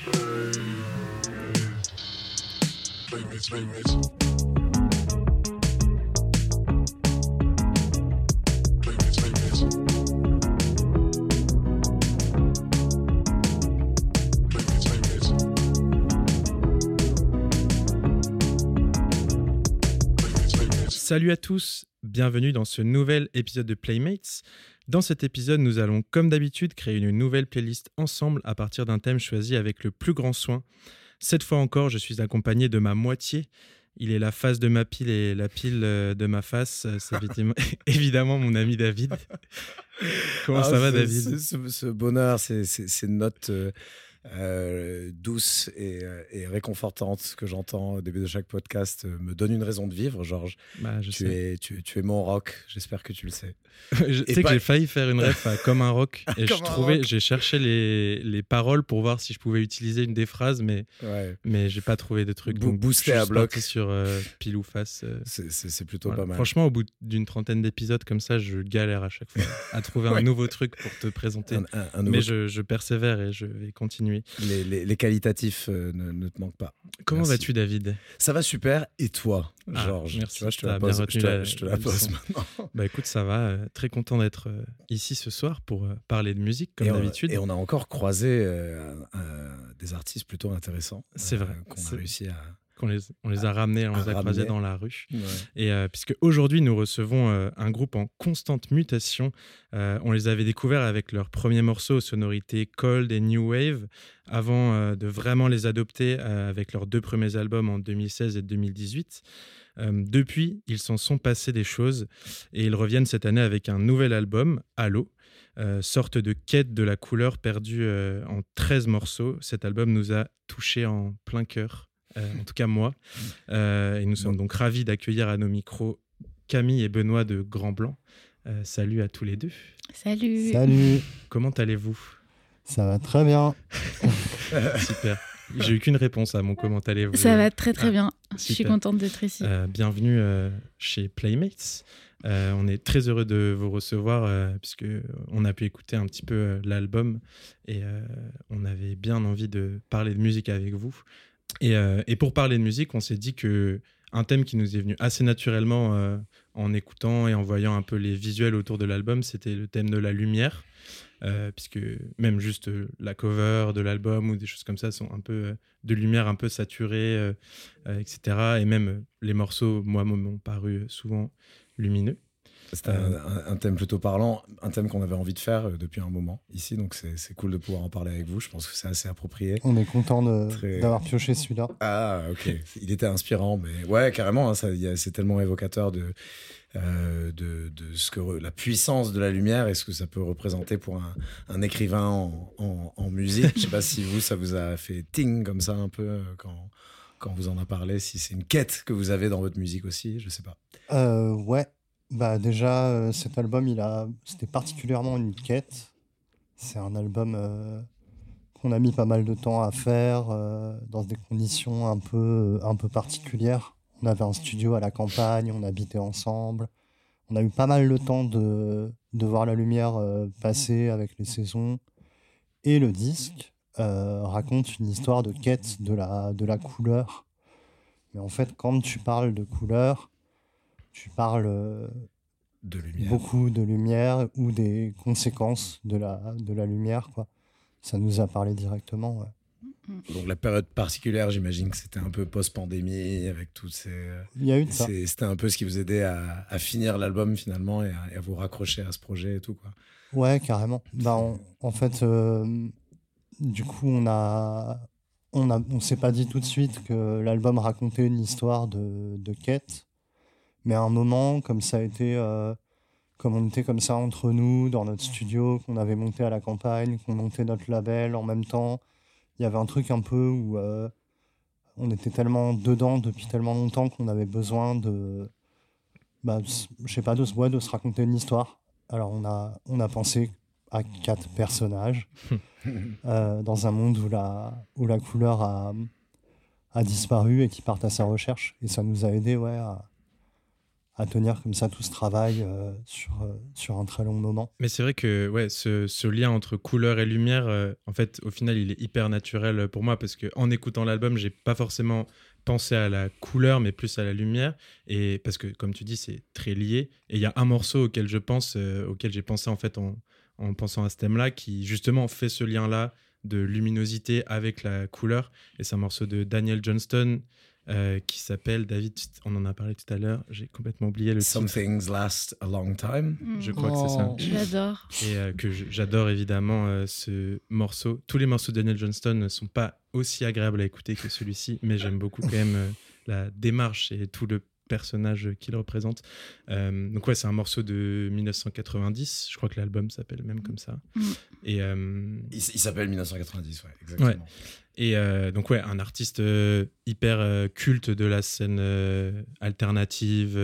Salut à tous, bienvenue dans ce nouvel épisode de Playmates. Dans cet épisode, nous allons, comme d'habitude, créer une nouvelle playlist ensemble à partir d'un thème choisi avec le plus grand soin. Cette fois encore, je suis accompagné de ma moitié. Il est la face de ma pile et la pile de ma face. C'est évidemment mon ami David. Comment ça va, David ? Ce bonheur, ces notes douces et réconfortantes que j'entends au début de chaque podcast me donnent une raison de vivre, Georges. Tu es mon rock, j'espère que tu le sais. Tu sais que j'ai failli faire une ref à Comme un rock et j'ai cherché les paroles pour voir si je pouvais utiliser une des phrases, mais j'ai pas trouvé de truc. Donc boosté à bloc sur pile ou face. C'est plutôt pas mal. Franchement, au bout d'une trentaine d'épisodes comme ça, je galère à chaque fois à trouver un nouveau truc pour te présenter. Mais je persévère et je vais continuer. Les qualitatifs ne te manquent pas. Comment vas-tu, David ? Ça va super. Et toi, Georges ? Merci. Tu vois, je te la pose maintenant. Bah écoute, ça va. Très content d'être ici ce soir pour parler de musique comme d'habitude. Et on a encore croisé des artistes plutôt intéressants. C'est vrai. Qu'on a réussi à... On les a ramenés, on les a croisés dans la rue. Ouais. Et puisque aujourd'hui nous recevons un groupe en constante mutation, on les avait découverts avec leur premier morceau aux sonorités cold et new wave, avant de vraiment les adopter avec leurs deux premiers albums en 2016 et 2018. Depuis, ils s'en sont passés des choses et ils reviennent cette année avec un nouvel album, Halo. Sorte de quête de la couleur perdue en 13 morceaux. Cet album nous a touchés en plein cœur. En tout cas moi, et nous sommes donc ravis d'accueillir à nos micros Camille et Benoît de Grand Blanc. Salut à tous les deux. Salut. Comment allez-vous ? Ça va très bien. Super. J'ai eu qu'une réponse à mon comment allez-vous. Ça va très bien. Super. Je suis contente d'être ici. Bienvenue chez Playmates. On est très heureux de vous recevoir puisque on a pu écouter un petit peu l'album et on avait bien envie de parler de musique avec vous. Et pour parler de musique, on s'est dit qu'un thème qui nous est venu assez naturellement en écoutant et en voyant un peu les visuels autour de l'album, c'était le thème de la lumière, puisque même juste la cover de l'album ou des choses comme ça sont un peu de lumière un peu saturée, etc. Et même les morceaux, moi, m'ont paru souvent lumineux. C'était un thème plutôt parlant, un thème qu'on avait envie de faire depuis un moment ici, donc c'est cool de pouvoir en parler avec vous. Je pense que c'est assez approprié. On est content d'avoir pioché celui-là. Ah, ok. Il était inspirant, mais ouais, carrément, hein, c'est tellement évocateur de ce que la puissance de la lumière et ce que ça peut représenter pour un écrivain en musique. Je sais pas si ça vous a fait ting comme ça un peu quand vous en a parlé, si c'est une quête que vous avez dans votre musique aussi, je sais pas. Ouais. Bah déjà, cet album, c'était particulièrement une quête. C'est un album qu'on a mis pas mal de temps à faire dans des conditions un peu particulières. On avait un studio à la campagne, on habitait ensemble. On a eu pas mal de temps de voir la lumière passer avec les saisons. Et le disque raconte une histoire de quête de la couleur. Mais en fait, quand tu parles de couleur, tu parles beaucoup de lumière ou des conséquences de la lumière, quoi. Ça nous a parlé directement, ouais. Donc la période particulière, j'imagine que c'était un peu post-pandémie avec toutes ces... Il y a eu de ça. C'était un peu ce qui vous aidait à finir l'album finalement et à vous raccrocher à ce projet et tout, quoi. Ouais, carrément. En fait, du coup, on s'est pas dit tout de suite que l'album racontait une histoire de quête. Mais à un moment, comme on était comme ça entre nous, dans notre studio, qu'on avait monté à la campagne, qu'on montait notre label en même temps, il y avait un truc un peu où on était tellement dedans depuis tellement longtemps qu'on avait besoin de se raconter une histoire. Alors on a pensé à 4 personnages dans un monde où la couleur a disparu et qui partent à sa recherche. Et ça nous a aidé, ouais, à tenir comme ça tout ce travail sur un très long moment. Mais c'est vrai que ouais, ce lien entre couleur et lumière, en fait, au final, il est hyper naturel pour moi parce qu'en écoutant l'album, j'ai pas forcément pensé à la couleur, mais plus à la lumière. Et parce que, comme tu dis, c'est très lié. Et il y a un morceau auquel je pense, auquel j'ai pensé en fait en pensant à ce thème-là, qui justement fait ce lien-là de luminosité avec la couleur. Et c'est un morceau de Daniel Johnston. Qui s'appelle, David, on en a parlé tout à l'heure, j'ai complètement oublié le Some titre. Things Last a Long Time. Je crois que c'est ça. J'adore. Et que j'adore évidemment ce morceau. Tous les morceaux de Daniel Johnston ne sont pas aussi agréables à écouter que celui-ci, mais j'aime beaucoup quand même la démarche et tout le personnage qu'il représente. Donc ouais, c'est un morceau de 1990. Je crois que l'album s'appelle même comme ça. Et il s'appelle 1990, ouais, exactement. Ouais. Et donc ouais, un artiste hyper culte de la scène alternative,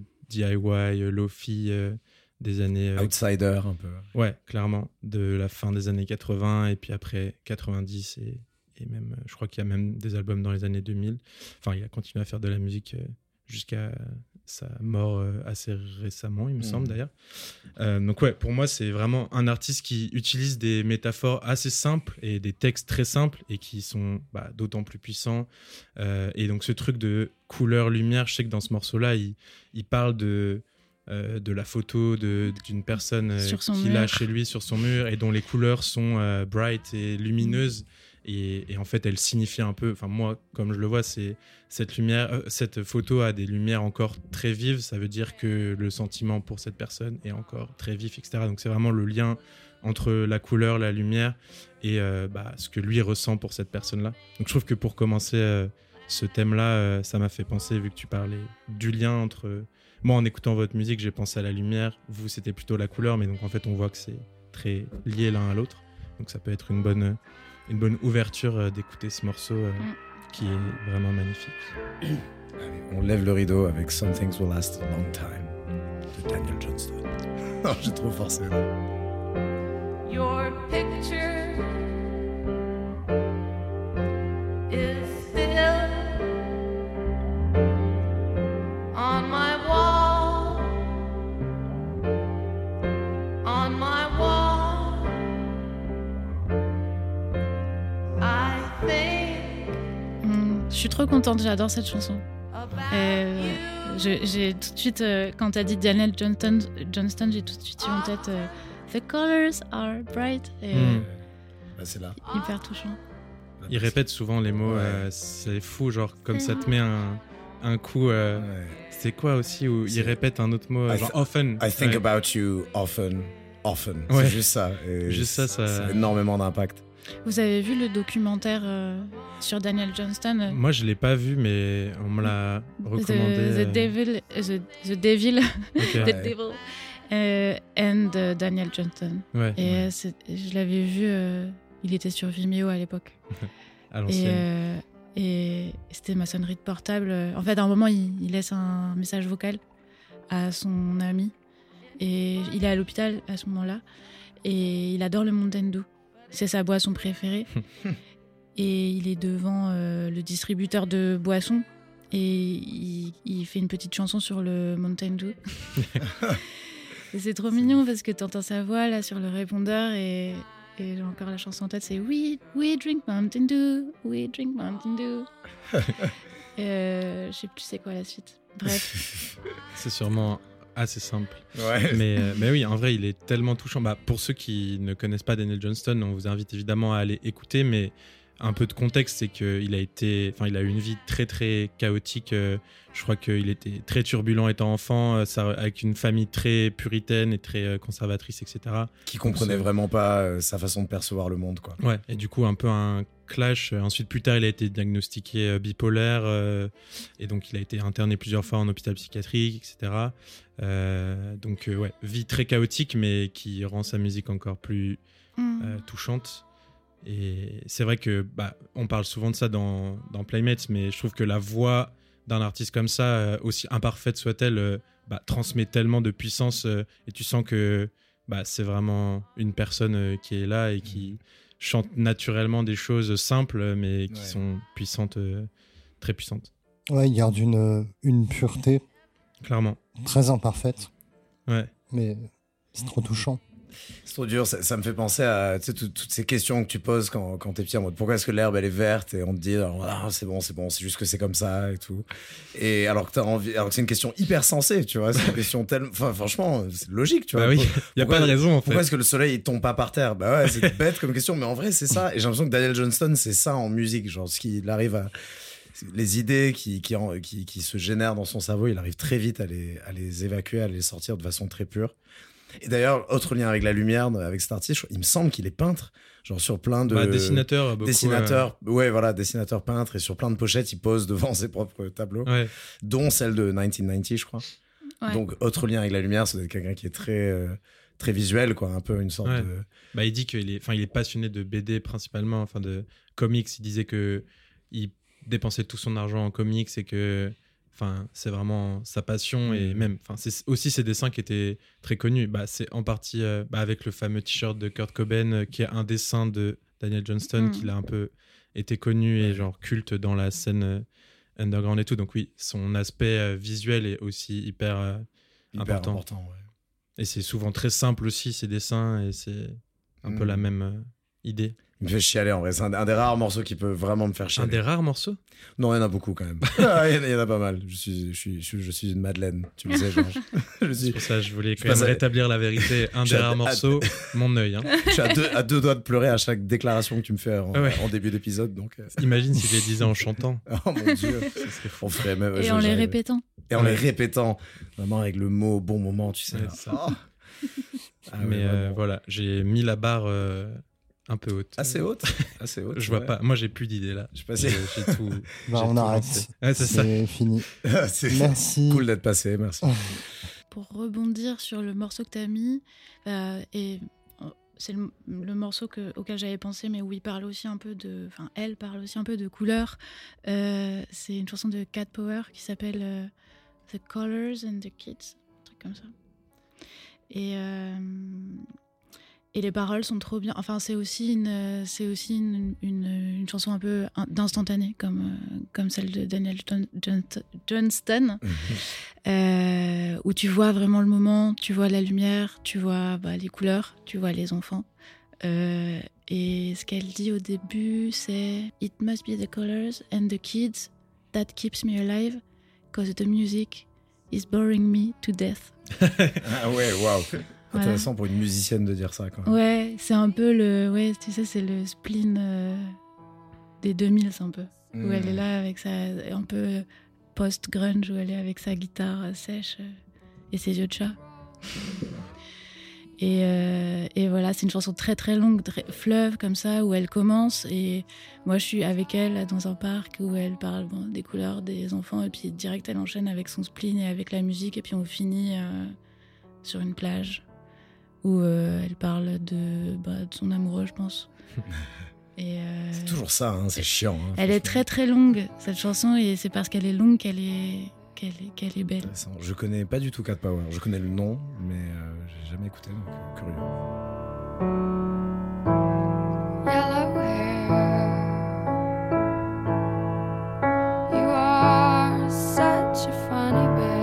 DIY, Lo-fi des années... Outsider un peu. Ouais, clairement, de la fin des années 80 et puis après 90 et même, je crois qu'il y a même des albums dans les années 2000. Enfin, il a continué à faire de la musique jusqu'à sa mort assez récemment, il me semble d'ailleurs. Donc ouais, pour moi, c'est vraiment un artiste qui utilise des métaphores assez simples et des textes très simples et qui sont d'autant plus puissants. Et donc ce truc de couleur-lumière, je sais que dans ce morceau-là, il parle de la photo d'une personne qu'il a chez lui sur son mur et dont les couleurs sont bright et lumineuses. Et en fait, elle signifie un peu, enfin moi, comme je le vois, c'est cette photo a des lumières encore très vives. Ça veut dire que le sentiment pour cette personne est encore très vif, etc. Donc c'est vraiment le lien entre la couleur, la lumière et ce que lui ressent pour cette personne-là. Donc je trouve que pour commencer ce thème-là, ça m'a fait penser, vu que tu parlais du lien entre... Moi, en écoutant votre musique, j'ai pensé à la lumière. Vous, c'était plutôt la couleur, mais donc en fait, on voit que c'est très lié l'un à l'autre. Donc ça peut être une bonne ouverture d'écouter ce morceau qui est vraiment magnifique. Allez, on lève le rideau avec Some Things Will Last a Long Time de Daniel Johnston. Non, j'ai trop forcé là. Your picture is still on my wall, on my wall. I think Je suis trop contente, j'adore cette chanson. about you. J'ai tout de suite, quand t'as dit Daniel Johnston, j'ai tout de suite eu en tête The colors are bright et C'est là. hyper touchant. Il répète souvent les mots, Ouais. c'est fou, genre comme ça te met un coup... Ouais. C'est quoi aussi où il répète un autre mot, I genre th- often. I think Ouais. about you often. Ouais. C'est juste ça. Et Juste ça, a énormément d'impact. Vous avez vu le documentaire sur Daniel Johnston Moi, je l'ai pas vu, mais on me l'a recommandé. The Devil, the Devil, Ok. The Ouais. Devil and Daniel Johnston. Ouais, Et je l'avais vu, il était sur Vimeo à l'époque. à l'ancienne. Et c'était ma sonnerie de portable. En fait, à un moment, il laisse un message vocal à son ami. Et il est à l'hôpital à ce moment-là. Et il adore le Mountain Dew. C'est sa boisson préférée. Et il est devant le distributeur de boissons. Et il fait une petite chanson sur le Mountain Dew. Et c'est trop mignon parce que t'entends sa voix là sur le répondeur et j'ai encore la chanson en tête, c'est We drink Mountain Dew, we drink Mountain Dew. Je sais plus c'est quoi la suite. Bref. C'est sûrement assez simple. Ouais. Mais oui, en vrai, il est tellement touchant. Pour ceux qui ne connaissent pas Daniel Johnston, on vous invite évidemment à aller écouter, mais un peu de contexte, c'est qu'il a eu une vie très très chaotique. Je crois qu'il était très turbulent étant enfant, avec une famille très puritaine et très conservatrice, etc. Qui comprenait vraiment pas sa façon de percevoir le monde, quoi. Ouais, et du coup, un peu un clash. Ensuite, plus tard, il a été diagnostiqué bipolaire, et donc il a été interné plusieurs fois en hôpital psychiatrique, etc. Donc, ouais, vie très chaotique, mais qui rend sa musique encore plus touchante. Et c'est vrai que on parle souvent de ça dans Playmates, mais je trouve que la voix d'un artiste comme ça, aussi imparfaite soit-elle, transmet tellement de puissance, et tu sens que c'est vraiment une personne qui est là et qui chante naturellement des choses simples, mais qui sont puissantes, très puissantes. Ouais, il garde une pureté Clairement. Très imparfaite, Ouais. mais c'est trop touchant. C'est trop dur, ça me fait penser à toutes ces questions que tu poses quand t'es petit en mode pourquoi est-ce que l'herbe elle est verte et on te dit c'est bon, c'est juste que c'est comme ça et tout. Et alors que t'as envie, alors que c'est une question hyper sensée, tu vois, c'est une question tellement, enfin franchement, c'est logique, tu vois. Bah oui, il y a pas de raison en fait. Pourquoi est-ce que le soleil il tombe pas par terre? Bah ouais, c'est bête comme question, mais en vrai c'est ça. Et j'ai l'impression que Daniel Johnston c'est ça en musique, genre ce qu'il arrive à les idées qui se génèrent dans son cerveau, il arrive très vite à les évacuer, à les sortir de façon très pure. Et d'ailleurs, autre lien avec la lumière, avec cet artiste, il me semble qu'il est peintre, genre sur plein de... dessinateur, beaucoup. Ouais, voilà, dessinateur, peintre, et sur plein de pochettes, il pose devant ses propres tableaux, dont celle de 1990, je crois. Ouais. Donc, autre lien avec la lumière, c'est quelqu'un qui est très visuel, quoi, un peu une sorte de... Bah, il dit qu'il est, il est passionné de BD principalement, enfin de comics. Il disait que il dépensait tout son argent en comics et que... Enfin, c'est vraiment sa passion et même, c'est aussi ses dessins qui étaient très connus. Bah, c'est en partie avec le fameux t-shirt de Kurt Cobain qui est un dessin de Daniel Johnston qui a un peu été connu et genre culte dans la scène underground et tout. Donc oui, son aspect visuel est aussi hyper important. Et c'est souvent très simple aussi ses dessins et c'est un peu la même idée. Il me fait chialer en vrai, c'est un des rares morceaux qui peut vraiment me faire chialer. Un des rares morceaux? Non, il y en a beaucoup quand même. Il y en a pas mal. Je suis une madeleine, tu le sais, Georges. C'est pour ça que je voulais quand même rétablir la vérité. Un des rares morceaux, mon œil. Hein. Je suis à deux doigts de pleurer à chaque déclaration que tu me fais en début d'épisode. Donc... Imagine si je les disais en chantant. Oh mon Dieu. On ferait même, et en les répétant. Et en les répétant. Vraiment avec le mot bon moment, tu sais. Mais voilà, j'ai mis la barre... un peu haute. Assez haute. Je vois pas. Moi, j'ai plus d'idées là. Je sais pas si j'ai tout. On arrête. C'est fini. Merci. Cool d'être passé. Merci. Pour rebondir sur le morceau que tu as mis, et c'est le morceau auquel j'avais pensé, mais où il parle aussi un peu de. Enfin, elle parle aussi un peu de couleurs. C'est une chanson de Cat Power qui s'appelle The Colors and the Kids, un truc comme ça. Et les paroles sont trop bien. Enfin, c'est aussi une chanson un peu d'instantané, comme celle de Daniel Johnston, où tu vois vraiment le moment, tu vois la lumière, tu vois les couleurs, tu vois les enfants. Et ce qu'elle dit au début, c'est « It must be the colors and the kids that keeps me alive, cause the music is boring me to death. » Ah ouais, waouh. Intéressant pour une musicienne de dire ça quand même. Ouais, c'est un peu tu sais, c'est le spleen des 2000, c'est un peu. Où elle est là avec un peu post-grunge, où elle est avec sa guitare sèche et ses yeux de chat. Et voilà, c'est une chanson très très longue, fleuve comme ça, où elle commence. Et moi, je suis avec elle dans un parc où elle parle des couleurs des enfants. Et puis direct, elle enchaîne avec son spleen et avec la musique. Et puis on finit sur une plage où elle parle de son amoureux, je pense. C'est toujours ça, hein, c'est chiant. Hein, elle est très très longue, cette chanson, et c'est parce qu'elle est longue qu'elle est belle. Je connais pas du tout Cat Power, je connais le nom, mais j'ai jamais écouté, donc curieux. Yellow hair, you are such a funny bear.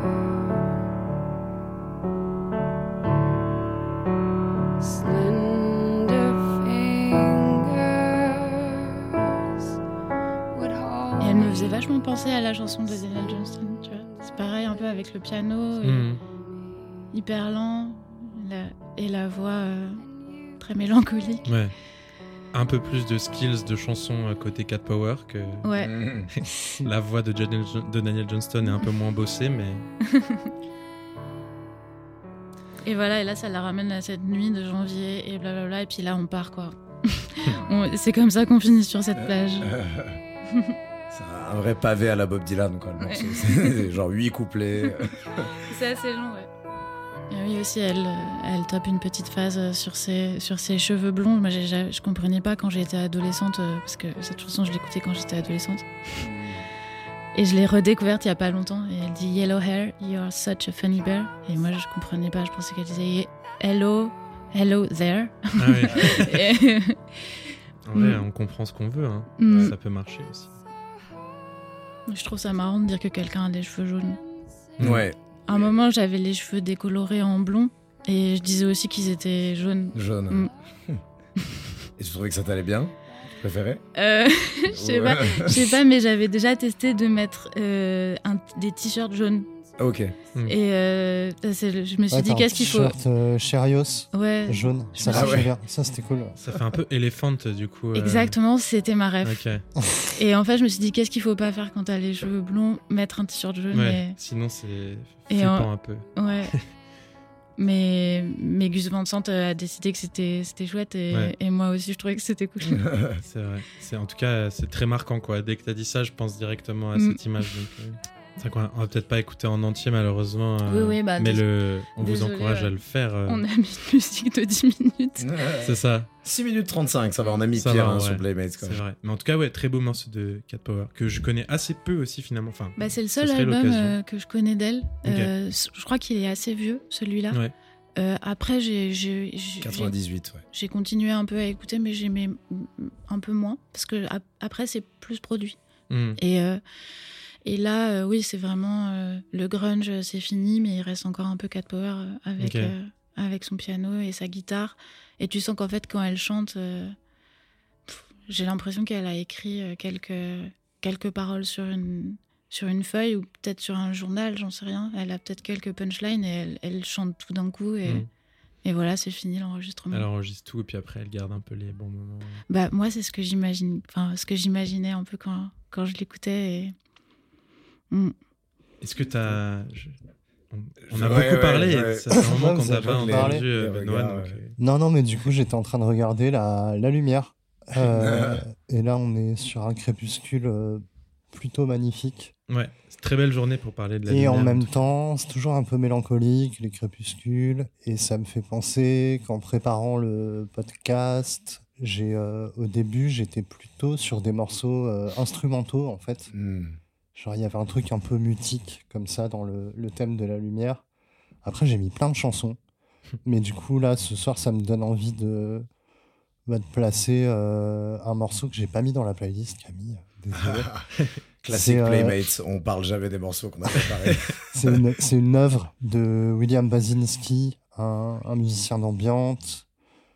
Slender fingers would hold. Et elle me faisait vachement penser à la chanson de Daniel Johnston, tu vois. C'est pareil un peu avec le piano, hyper lent, et la voix très mélancolique. Ouais. Un peu plus de skills de chansons côté Cat Power que la voix de Daniel Johnston est un peu moins bossée, mais... Et voilà, et là ça la ramène à cette nuit de janvier et blablabla, et puis là on part quoi. C'est comme ça qu'on finit sur cette plage. C'est un vrai pavé à la Bob Dylan, quoi, le morceau. C'est genre 8 couplets. C'est assez long, ouais. Et oui, aussi, elle tape une petite phase sur ses cheveux blonds. Moi, je comprenais pas quand j'étais adolescente, parce que cette chanson, je l'écoutais quand j'étais adolescente. Et je l'ai redécouverte il y a pas longtemps. Et elle dit « Yellow hair, you are such a funny bear ». Et moi, je comprenais pas. Je pensais qu'elle disait « Hello there ». Ah oui. En vrai, on comprend ce qu'on veut. Hein. Ça peut marcher aussi. Je trouve ça marrant de dire que quelqu'un a des cheveux jaunes. Ouais, À un moment, j'avais les cheveux décolorés en blond et je disais aussi qu'ils étaient jaunes. jaune. Mm. Et tu trouvais que ça t'allait bien? Tu préférais? Je sais pas, mais j'avais déjà testé de mettre des t-shirts jaunes. Ok. Et je me suis dit, t'as un qu'est-ce qu'il faut. t-shirt Cherios Ouais, jaune, ça Ah marche ouais. bien. Ça, c'était cool. Ça fait un peu éléphant du coup. exactement, c'était ma rêve. Ok. Et en fait, je me suis dit, qu'est-ce qu'il faut pas faire quand t'as les cheveux blonds? Mettre un t-shirt jaune. Ouais. Sinon c'est Et flippant un peu. Ouais. Mais Gus Van Sant a décidé que c'était chouette et moi aussi je trouvais que c'était cool. C'est vrai. En tout cas, c'est très marquant quoi. Dès que t'as dit ça, je pense directement à Mm. cette image. Donc, c'est vrai qu'on va peut-être pas écouter en entier malheureusement. Oui, bah, mais on vous désolé, encourage à le faire. On a mis une musique de 10 minutes. C'est ça. 6 minutes 35, ça va, on a mis Ça pire va, sur ouais. Playmates. Quand C'est même. vrai. Mais en tout cas, ouais, très beau morceau de Cat Power que je connais assez peu aussi finalement. Enfin, Bah, c'est le Ce seul serait album l'occasion. que je connais d'elle. Ok. Je crois qu'il est assez vieux, celui-là. Ouais. Après, j'ai 98, ouais. j'ai continué un peu à écouter, mais j'aimais un peu moins. Parce que après, c'est plus produit. Mm. Et là, oui, c'est vraiment le grunge, c'est fini, mais il reste encore un peu Cat Power Ok. avec son piano et sa guitare. Et tu sens qu'en fait, quand elle chante, j'ai l'impression qu'elle a écrit quelques paroles sur une feuille ou peut-être sur un journal, j'en sais rien. Elle a peut-être quelques punchlines et elle chante tout d'un coup. Et voilà, c'est fini l'enregistrement. Elle enregistre tout et puis après elle garde un peu les bons moments. Bah, moi, c'est ce que j'imagine, enfin, ce que j'imaginais un peu quand je l'écoutais. Est-ce que t'as. On a Ouais, beaucoup parlé, ouais. ça fait un moment Ouais, qu'on vous t'a avez pas beaucoup entendu, parlé. Benoît. Les regards, donc, ouais. Non, mais du coup, j'étais en train de regarder la lumière. Et là, on est sur un crépuscule plutôt magnifique. Ouais, c'est une très belle journée pour parler de la Et lumière. en même temps, c'est toujours un peu mélancolique, les crépuscules. Et ça me fait penser qu'en préparant le podcast, au début, j'étais plutôt sur des morceaux instrumentaux, en fait. Hmm. Genre, il y avait un truc un peu mutique, comme ça, dans le thème de la lumière. Après, j'ai mis plein de chansons. Mais du coup, là, ce soir, ça me donne envie de placer un morceau que j'ai pas mis dans la playlist, Camille. Désolé. Classique C'est, Playmates, on parle jamais des morceaux qu'on a préparés. C'est une œuvre de William Basinski, un musicien d'ambiance,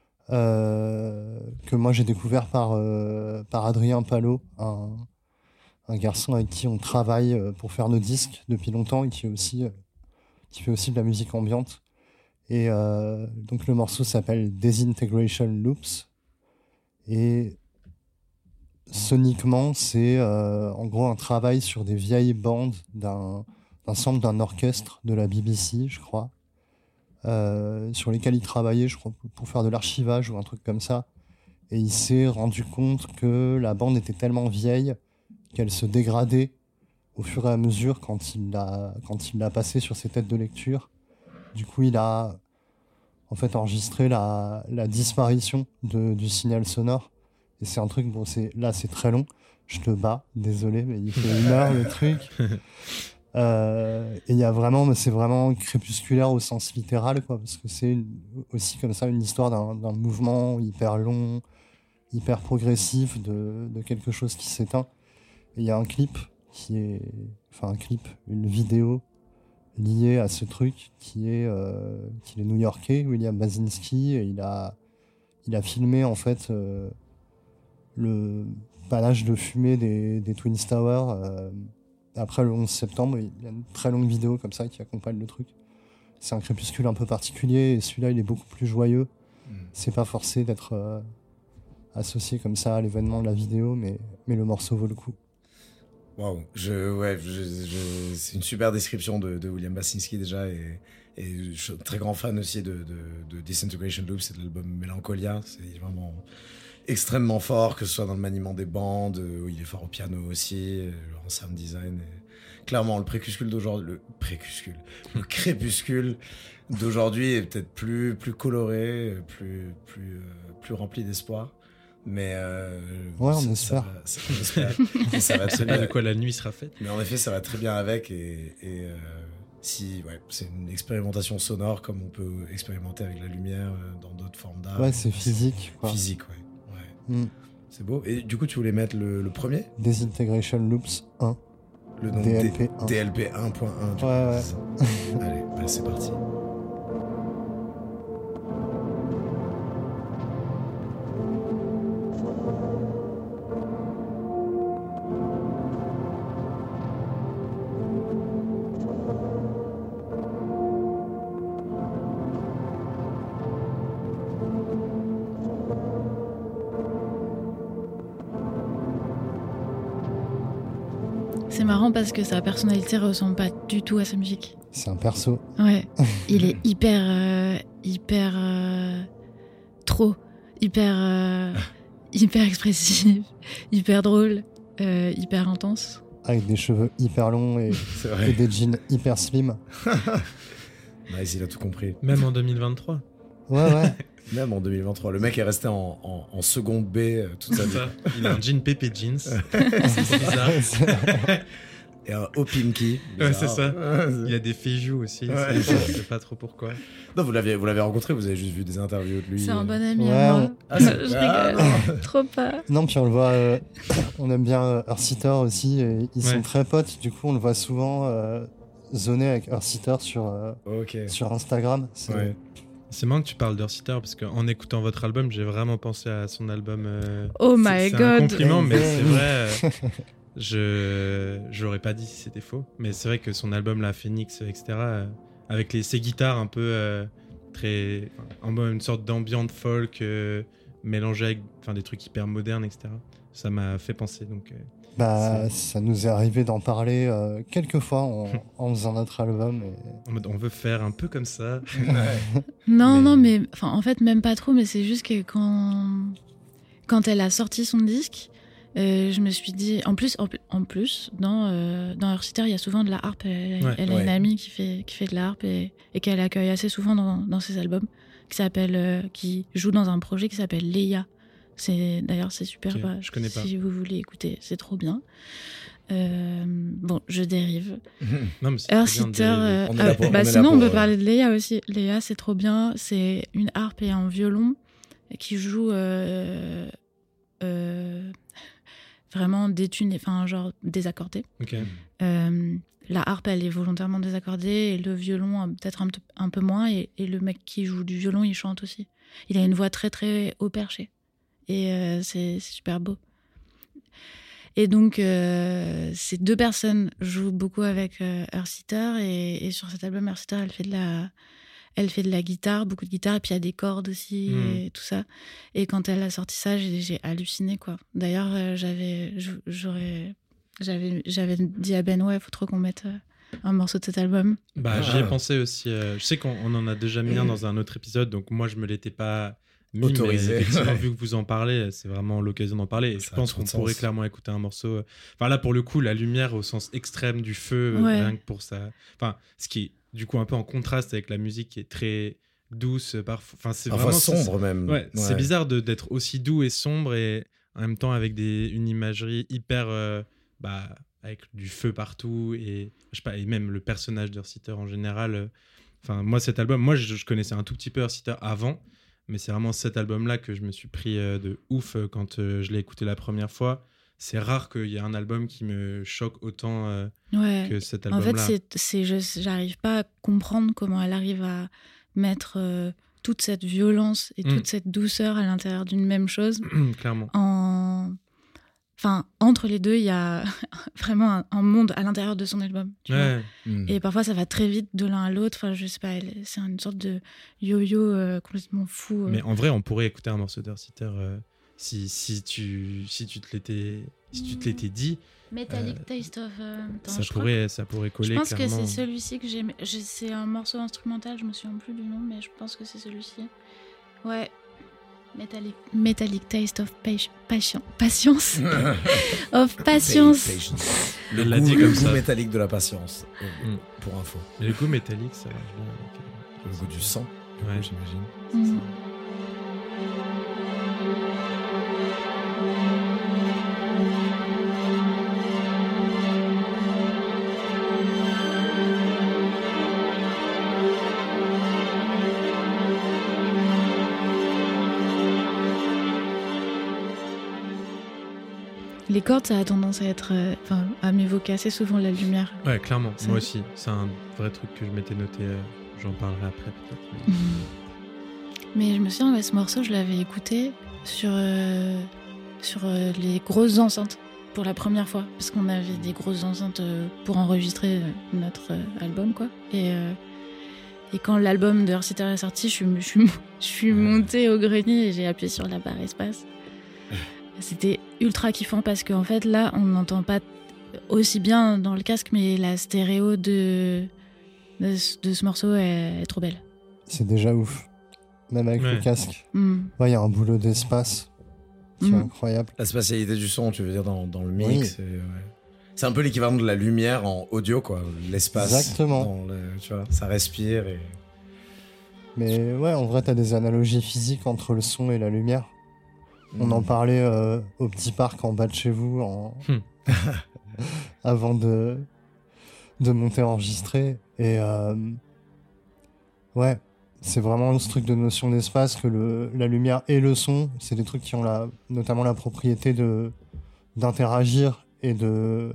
que moi j'ai découvert par Adrien Palot, un garçon avec qui on travaille pour faire nos disques depuis longtemps et qui fait aussi de la musique ambiante. Et donc le morceau s'appelle Disintegration Loops. Et soniquement, c'est en gros un travail sur des vieilles bandes d'un sample d'un orchestre de la BBC, je crois, sur lesquels il travaillait, je crois, pour faire de l'archivage ou un truc comme ça. Et il s'est rendu compte que la bande était tellement vieille qu'elle se dégradait au fur et à mesure quand il l'a passée sur ses têtes de lecture. Du coup, il a en fait enregistré la disparition du signal sonore. Et c'est un truc, bon, c'est très long. Je te bats, désolé, mais il fait 1 heure le truc. Et il y a vraiment, c'est vraiment crépusculaire au sens littéral, quoi, parce que c'est aussi comme ça une histoire d'un mouvement hyper long, hyper progressif de quelque chose qui s'éteint. Et il y a un clip une vidéo liée à ce truc qui est new-yorkais, William Basinski, et il a filmé en fait le panache de fumée des Twin Towers après le 11 septembre. Il y a une très longue vidéo comme ça qui accompagne le truc. C'est un crépuscule un peu particulier et celui-là il est beaucoup plus joyeux. C'est pas forcé d'être associé comme ça à l'événement de la vidéo, mais le morceau vaut le coup. Waouh, c'est une super description de William Basinski déjà, et je suis un très grand fan aussi de Disintegration Loops, c'est de l'album Melancholia. C'est vraiment extrêmement fort, que ce soit dans le maniement des bandes, où il est fort au piano aussi, en sound design. Et clairement, le crépuscule d'aujourd'hui est peut-être plus coloré, plus rempli d'espoir. Mais ouais, on espère. Ça va C'est bien de quoi la nuit sera faite. Mais en effet, ça va très bien avec. C'est une expérimentation sonore comme on peut expérimenter avec la lumière dans d'autres formes d'art. Ouais, c'est physique, quoi. Physique, ouais. C'est beau. Et du coup, tu voulais mettre le premier ? Disintegration Loops 1. Le nom DLP1. DLP 1.1. tu Ouais, vois, ouais. c'est ça. Allez, bah, c'est parti. C'est marrant parce que sa personnalité ressemble pas du tout à sa musique. C'est un perso. Ouais, il est hyper hyper expressif, hyper drôle, hyper intense. Avec des cheveux hyper longs et C'est vrai. des jeans hyper slim. Nice, il a tout compris. Même en 2023. Ouais, ouais. Même en 2023. Le mec est resté en seconde B toute sa C'est vie. ça. Il a un jean Pepe Jeans. C'est bizarre. Et un Opinky. Ouais, c'est ça. Ouais, Il a des féjous aussi. Ouais. Je sais pas trop pourquoi. Non, vous l'avez rencontré, vous avez juste vu des interviews de lui. C'est un bon ami Ouais, à moi. Ah, c'est- Je Ah, rigole. non. Trop pas. Non, puis on le voit, on aime bien Earthseeter aussi, et ils Ouais. sont très potes, du coup on le voit souvent zoner avec Earthseeter Ok. sur Instagram. Ouais. C'est marrant que tu parles d'Earthseeter parce qu'en écoutant votre album, j'ai vraiment pensé à son album. Oh C'est my un god. compliment, mais c'est vrai. J'aurais pas dit si c'était faux, mais c'est vrai que son album, la Phoenix, etc., avec ses guitares un peu très. En mode une sorte d'ambiance folk mélangée avec des trucs hyper modernes, etc. Ça m'a fait penser. Donc, Bah, ça nous est arrivé d'en parler quelques fois en faisant notre album. Et... en mode, on veut faire un peu comme ça. Non, Mais- non, mais enfin, en fait, même pas trop, mais c'est juste que quand elle a sorti son disque, je me suis dit. En plus dans Earthseeter, il y a souvent de la harpe. Elle a Ouais. une amie qui fait de la harpe et qu'elle accueille assez souvent dans ses albums, qui joue dans un projet qui s'appelle Leia. D'ailleurs, c'est super. Ok, je connais pas. Si vous voulez écouter, c'est trop bien. Bon, je dérive. Non, mais c'est très bien de Earthseeter. dériver. On est là pour- on est là Sinon, on pour, peut parler de Léa aussi. Léa, c'est trop bien. C'est une harpe et un violon qui jouent vraiment détuné, enfin, genre désaccordé. Ok. La harpe, elle est volontairement désaccordée et le violon, peut-être un peu moins. Et le mec qui joue du violon, il chante aussi. Il a une voix très, très haut perché. Et c'est super beau. Et donc, ces deux personnes jouent beaucoup avec Earthseeter. Et sur cet album, Earthseter, elle fait de la guitare, beaucoup de guitare. Et puis, il y a des cordes aussi et tout ça. Et quand elle a sorti ça, j'ai halluciné, quoi. D'ailleurs, j'avais dit à Ben, ouais, faut trop qu'on mette un morceau de cet album. Bah, j'y ai pensé aussi. Je sais qu'on en a déjà mis un dans un autre épisode, donc moi, je me l'étais pas mis, Autorisé. mais effectivement, Ouais. vu que vous en parlez, c'est vraiment l'occasion d'en parler. Et je Ça a pense trop qu'on de pourrait sens. clairement écouter un morceau. Enfin, là, pour le coup, la lumière au sens extrême du feu, Ouais. rien que pour ça. Enfin, ce qui est du coup un peu en contraste avec la musique qui est très douce, parfois. Enfin, c'est Parfois vraiment sombre même. Ouais, c'est bizarre d'être aussi doux et sombre et en même temps avec une imagerie hyper avec du feu partout et je sais pas, et même le personnage d'Earthseeter en général. Enfin, moi cet album, moi je connaissais un tout petit peu Earthseeter avant, mais c'est vraiment cet album-là que je me suis pris de ouf quand je l'ai écouté la première fois. C'est rare qu'il y ait un album qui me choque autant Ouais. que cet En album-là. fait, j'arrive pas à comprendre comment elle arrive à mettre toute cette violence et toute cette douceur à l'intérieur d'une même chose. Clairement. Enfin, entre les deux, il y a vraiment un monde à l'intérieur de son album. Tu vois. Ouais. Et parfois, ça va très vite de l'un à l'autre. Enfin, je sais pas, c'est une sorte de yo-yo complètement fou. Mais en vrai, on pourrait écouter un morceau d'Earthseeter si tu te l'étais dit. Metallic Taste of... attends, Ça je crois pourrait coller. Je pense que clairement. c'est celui-ci que j'ai. C'est un morceau instrumental, je me souviens plus du nom, mais je pense que c'est celui-ci. Ouais. Metallic Taste of Patience. Of Patience. Patience. Elle l'a dit comme le goût ça. métallique de la patience. Pour info. Mais le goût métallique, ça marche bien. Le goût du sang, Ouais. j'imagine. Mm. Les cordes, ça a tendance à être, à m'évoquer assez souvent la lumière. Ouais, clairement. Ça- Moi aussi. C'est un vrai truc que je m'étais noté. J'en parlerai après peut-être. Mais je me souviens, ouais, ce morceau, je l'avais écouté sur les grosses enceintes pour la première fois, parce qu'on avait des grosses enceintes pour enregistrer notre album, quoi. Et quand l'album de Earth Eater est sorti, je suis montée au grenier et j'ai appuyé sur la barre espace. C'était ultra kiffant parce qu'en fait, là, on n'entend pas aussi bien dans le casque, mais la stéréo de ce morceau est trop belle. C'est déjà ouf. Même avec le casque. Mm. Ouais, il y a un boulot d'espace qui est incroyable. La spatialité du son, tu veux dire, dans le mix. Oui. C'est un peu l'équivalent de la lumière en audio, quoi. L'espace. Exactement. Tu vois, ça respire et... Mais ouais, en vrai, t'as des analogies physiques entre le son et la lumière. On en parlait au petit parc en bas de chez vous avant de monter enregistrer. Et ouais, c'est vraiment ce truc de notion d'espace que la lumière et le son, c'est des trucs qui ont notamment la propriété d'interagir et de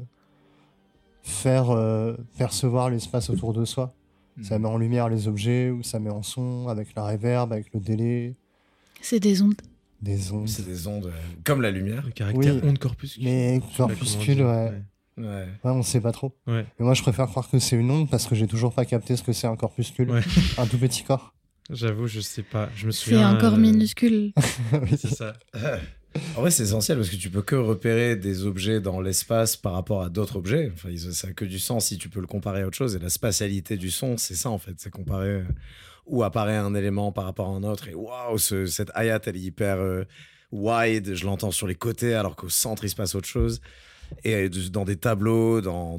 faire percevoir l'espace autour de soi. Ça met en lumière les objets ou ça met en son avec la reverb, avec le délai. C'est des ondes. Des ondes. C'est des ondes comme la lumière. Le caractère Oui. onde corpuscule. Mais corpuscule, ouais. Ouais. Ouais, on sait pas trop. Ouais. Mais moi, je préfère croire que c'est une onde parce que j'ai toujours pas capté ce que c'est un corpuscule. Ouais. Un tout petit corps. J'avoue, je sais pas. Je me C'est souviens. un corps minuscule. Oui. C'est ça. En vrai, c'est essentiel parce que tu peux que repérer des objets dans l'espace par rapport à d'autres objets. Enfin, ça a que du sens si tu peux le comparer à autre chose. Et la spatialité du son, c'est ça en fait. C'est comparer où apparaît un élément par rapport à un autre. Et waouh, cette hi-hat, elle est hyper wide. Je l'entends sur les côtés alors qu'au centre, il se passe autre chose. Et dans des tableaux, dans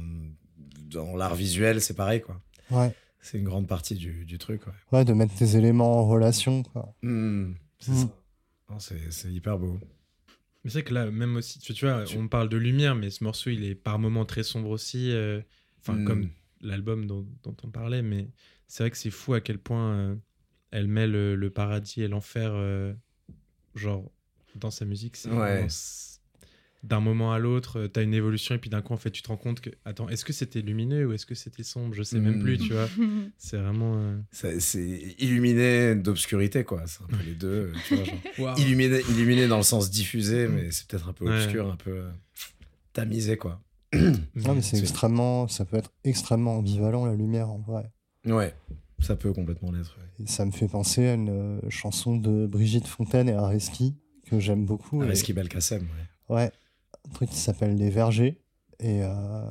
l'art visuel, c'est pareil, quoi. Ouais. C'est une grande partie du truc, ouais. Ouais, de mettre tes éléments en relation, quoi. C'est ça. Non, c'est hyper beau. Mais c'est que là, même aussi, tu vois, on parle de lumière, mais ce morceau, il est par moments très sombre aussi. Comme l'album dont on parlait, mais c'est vrai que c'est fou à quel point elle met le paradis et l'enfer, genre, dans sa musique. C'est vraiment d'un moment à l'autre, t'as une évolution et puis d'un coup, en fait, tu te rends compte que, attends, est-ce que c'était lumineux ou est-ce que c'était sombre? Je sais même plus, tu vois. C'est vraiment... C'est illuminé d'obscurité, quoi. C'est un peu les deux, tu vois, genre. Wow. Illuminé dans le sens diffusé, mais c'est peut-être un peu obscur, un peu tamisé, quoi. Non, mais ça peut être extrêmement ambivalent, la lumière, en vrai. Ouais, ça peut complètement l'être. Ouais. Et ça me fait penser à une chanson de Brigitte Fontaine et Areski, que j'aime beaucoup. Areski Belkacem, ouais. Ouais, un truc qui s'appelle Les Vergers. Et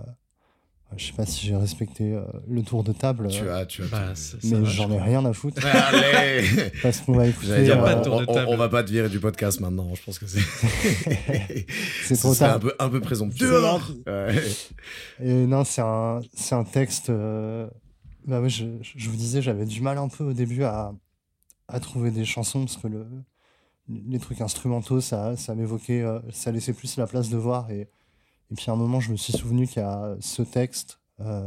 je sais pas si j'ai respecté le tour de table. Tu as Bah, mais j'en ai rien à foutre. Allez. Parce qu'on va écouter. J'allais dire, pas on va pas te virer du podcast maintenant. Je pense que c'est trop tard. un peu présomptueux. Dehors. Ouais. Et non, c'est un texte. Bah ouais, je vous disais, j'avais du mal un peu au début à trouver des chansons parce que les trucs instrumentaux, ça m'évoquait, ça laissait plus la place de voir. Et puis à un moment, je me suis souvenu qu'il y a ce texte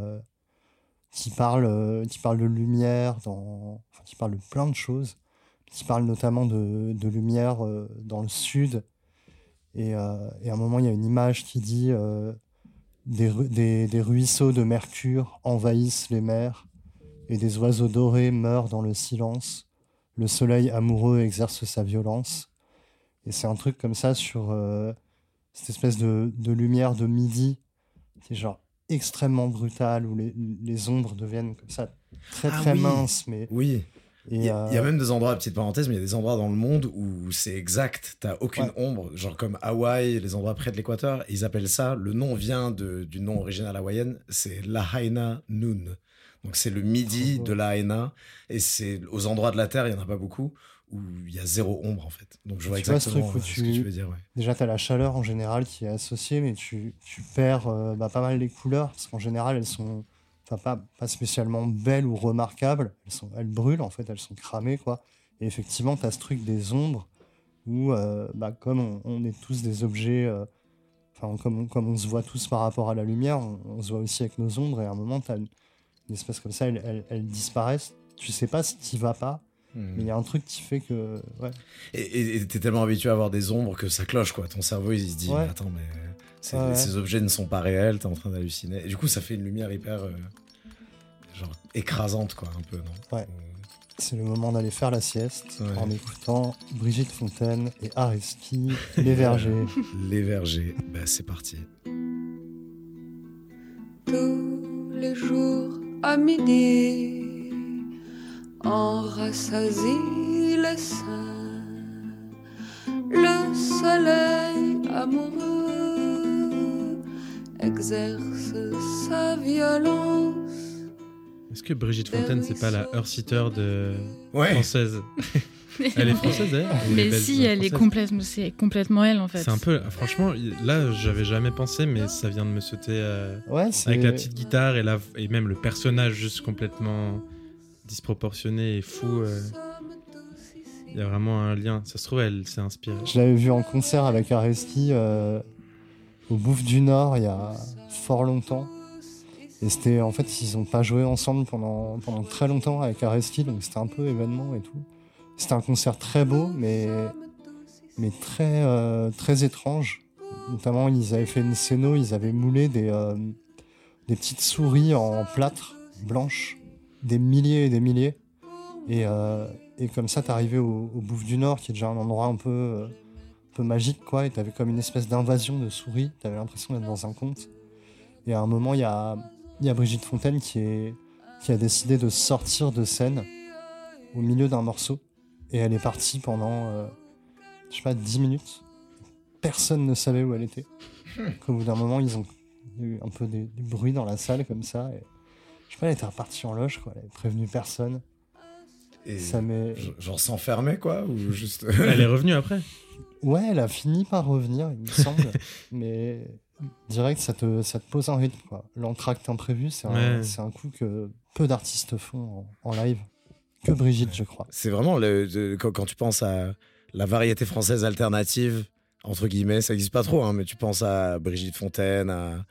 qui parle de lumière, qui parle de plein de choses, qui parle notamment de lumière dans le sud. Et à un moment, il y a une image qui dit des ruisseaux de mercure envahissent les mers et des oiseaux dorés meurent dans le silence. Le soleil amoureux exerce sa violence. Et c'est un truc comme ça sur cette espèce de lumière de midi qui est genre extrêmement brutale, où les ombres deviennent comme ça très minces. Mais... Oui. Et il y a même des endroits, petite parenthèse, mais il y a des endroits dans le monde où c'est exact, t'as aucune ombre, genre comme Hawaï, les endroits près de l'équateur, ils appellent ça, le nom vient du nom original hawaïen, c'est Lahaina Noon. Donc c'est le midi de Lahaina, et c'est aux endroits de la Terre, il n'y en a pas beaucoup, où il y a zéro ombre en fait. Donc je vois exactement ce que tu veux dire. Ouais. Déjà, tu as la chaleur en général qui est associée, mais tu perds pas mal les couleurs, parce qu'en général, elles sont pas spécialement belles ou remarquables. Elles brûlent, en fait, elles sont cramées, quoi. Et effectivement, tu as ce truc des ombres, où comme on est tous des objets, comme on se voit tous par rapport à la lumière, on se voit aussi avec nos ombres, et à un moment, tu as une espèce comme ça, elles disparaissent. Tu sais pas ce qui va pas, Mais il y a un truc qui fait que... Ouais. Et t'es tellement habitué à avoir des ombres que ça cloche, quoi. Ton cerveau, il se dit, Ouais. attends, mais ces objets ne sont pas réels, t'es en train d'halluciner. Et du coup, ça fait une lumière hyper genre écrasante, quoi, un peu, non? Ouais. C'est le moment d'aller faire la sieste en écoutant Brigitte Fontaine et Areski, Les Vergers. Les Vergers, bah, c'est parti. Tous les jours à midi, on rassasie les seins. Le soleil amoureux exerce sa violence. Est-ce que Brigitte Fontaine, c'est pas la Heure-Sitter Ouais. française? Elle est française, elle? Mais si, elle est c'est complètement elle en fait. C'est un peu, franchement, là, j'avais jamais pensé, mais ça vient de me sauter avec la petite guitare et même le personnage juste complètement disproportionné et fou. Il y a vraiment un lien. Ça se trouve, elle s'est inspirée. Je l'avais vu en concert avec Areski au Bouffe du Nord il y a fort longtemps. Et c'était, en fait, ils n'ont pas joué ensemble pendant très longtemps avec Areski, donc c'était un peu événement et tout. C'était un concert très beau, mais très étrange. Notamment, ils avaient fait une scéno, ils avaient moulé des petites souris en plâtre blanche, des milliers et des milliers. Et comme ça, t'arrivais au Bouffe du Nord, qui est déjà un endroit un peu magique, quoi. Et t'avais comme une espèce d'invasion de souris. T'avais l'impression d'être dans un conte. Et à un moment, il y a Brigitte Fontaine qui a décidé de sortir de scène au milieu d'un morceau. Et elle est partie pendant, 10 minutes. Personne ne savait où elle était. Au bout d'un moment, il y a eu un peu des bruits dans la salle comme ça. Et, elle était repartie en loge, quoi. Elle avait prévenu personne. Et ça genre s'enfermer, quoi, ou juste... Elle est revenue après? Ouais, elle a fini par revenir, il me semble. Mais direct, ça te pose un rythme, quoi. L'entracte imprévu, c'est un coup que peu d'artistes font en live. Que Brigitte, je crois. C'est vraiment, quand tu penses à la variété française alternative, entre guillemets, ça n'existe pas trop, hein, mais tu penses à Brigitte Fontaine, à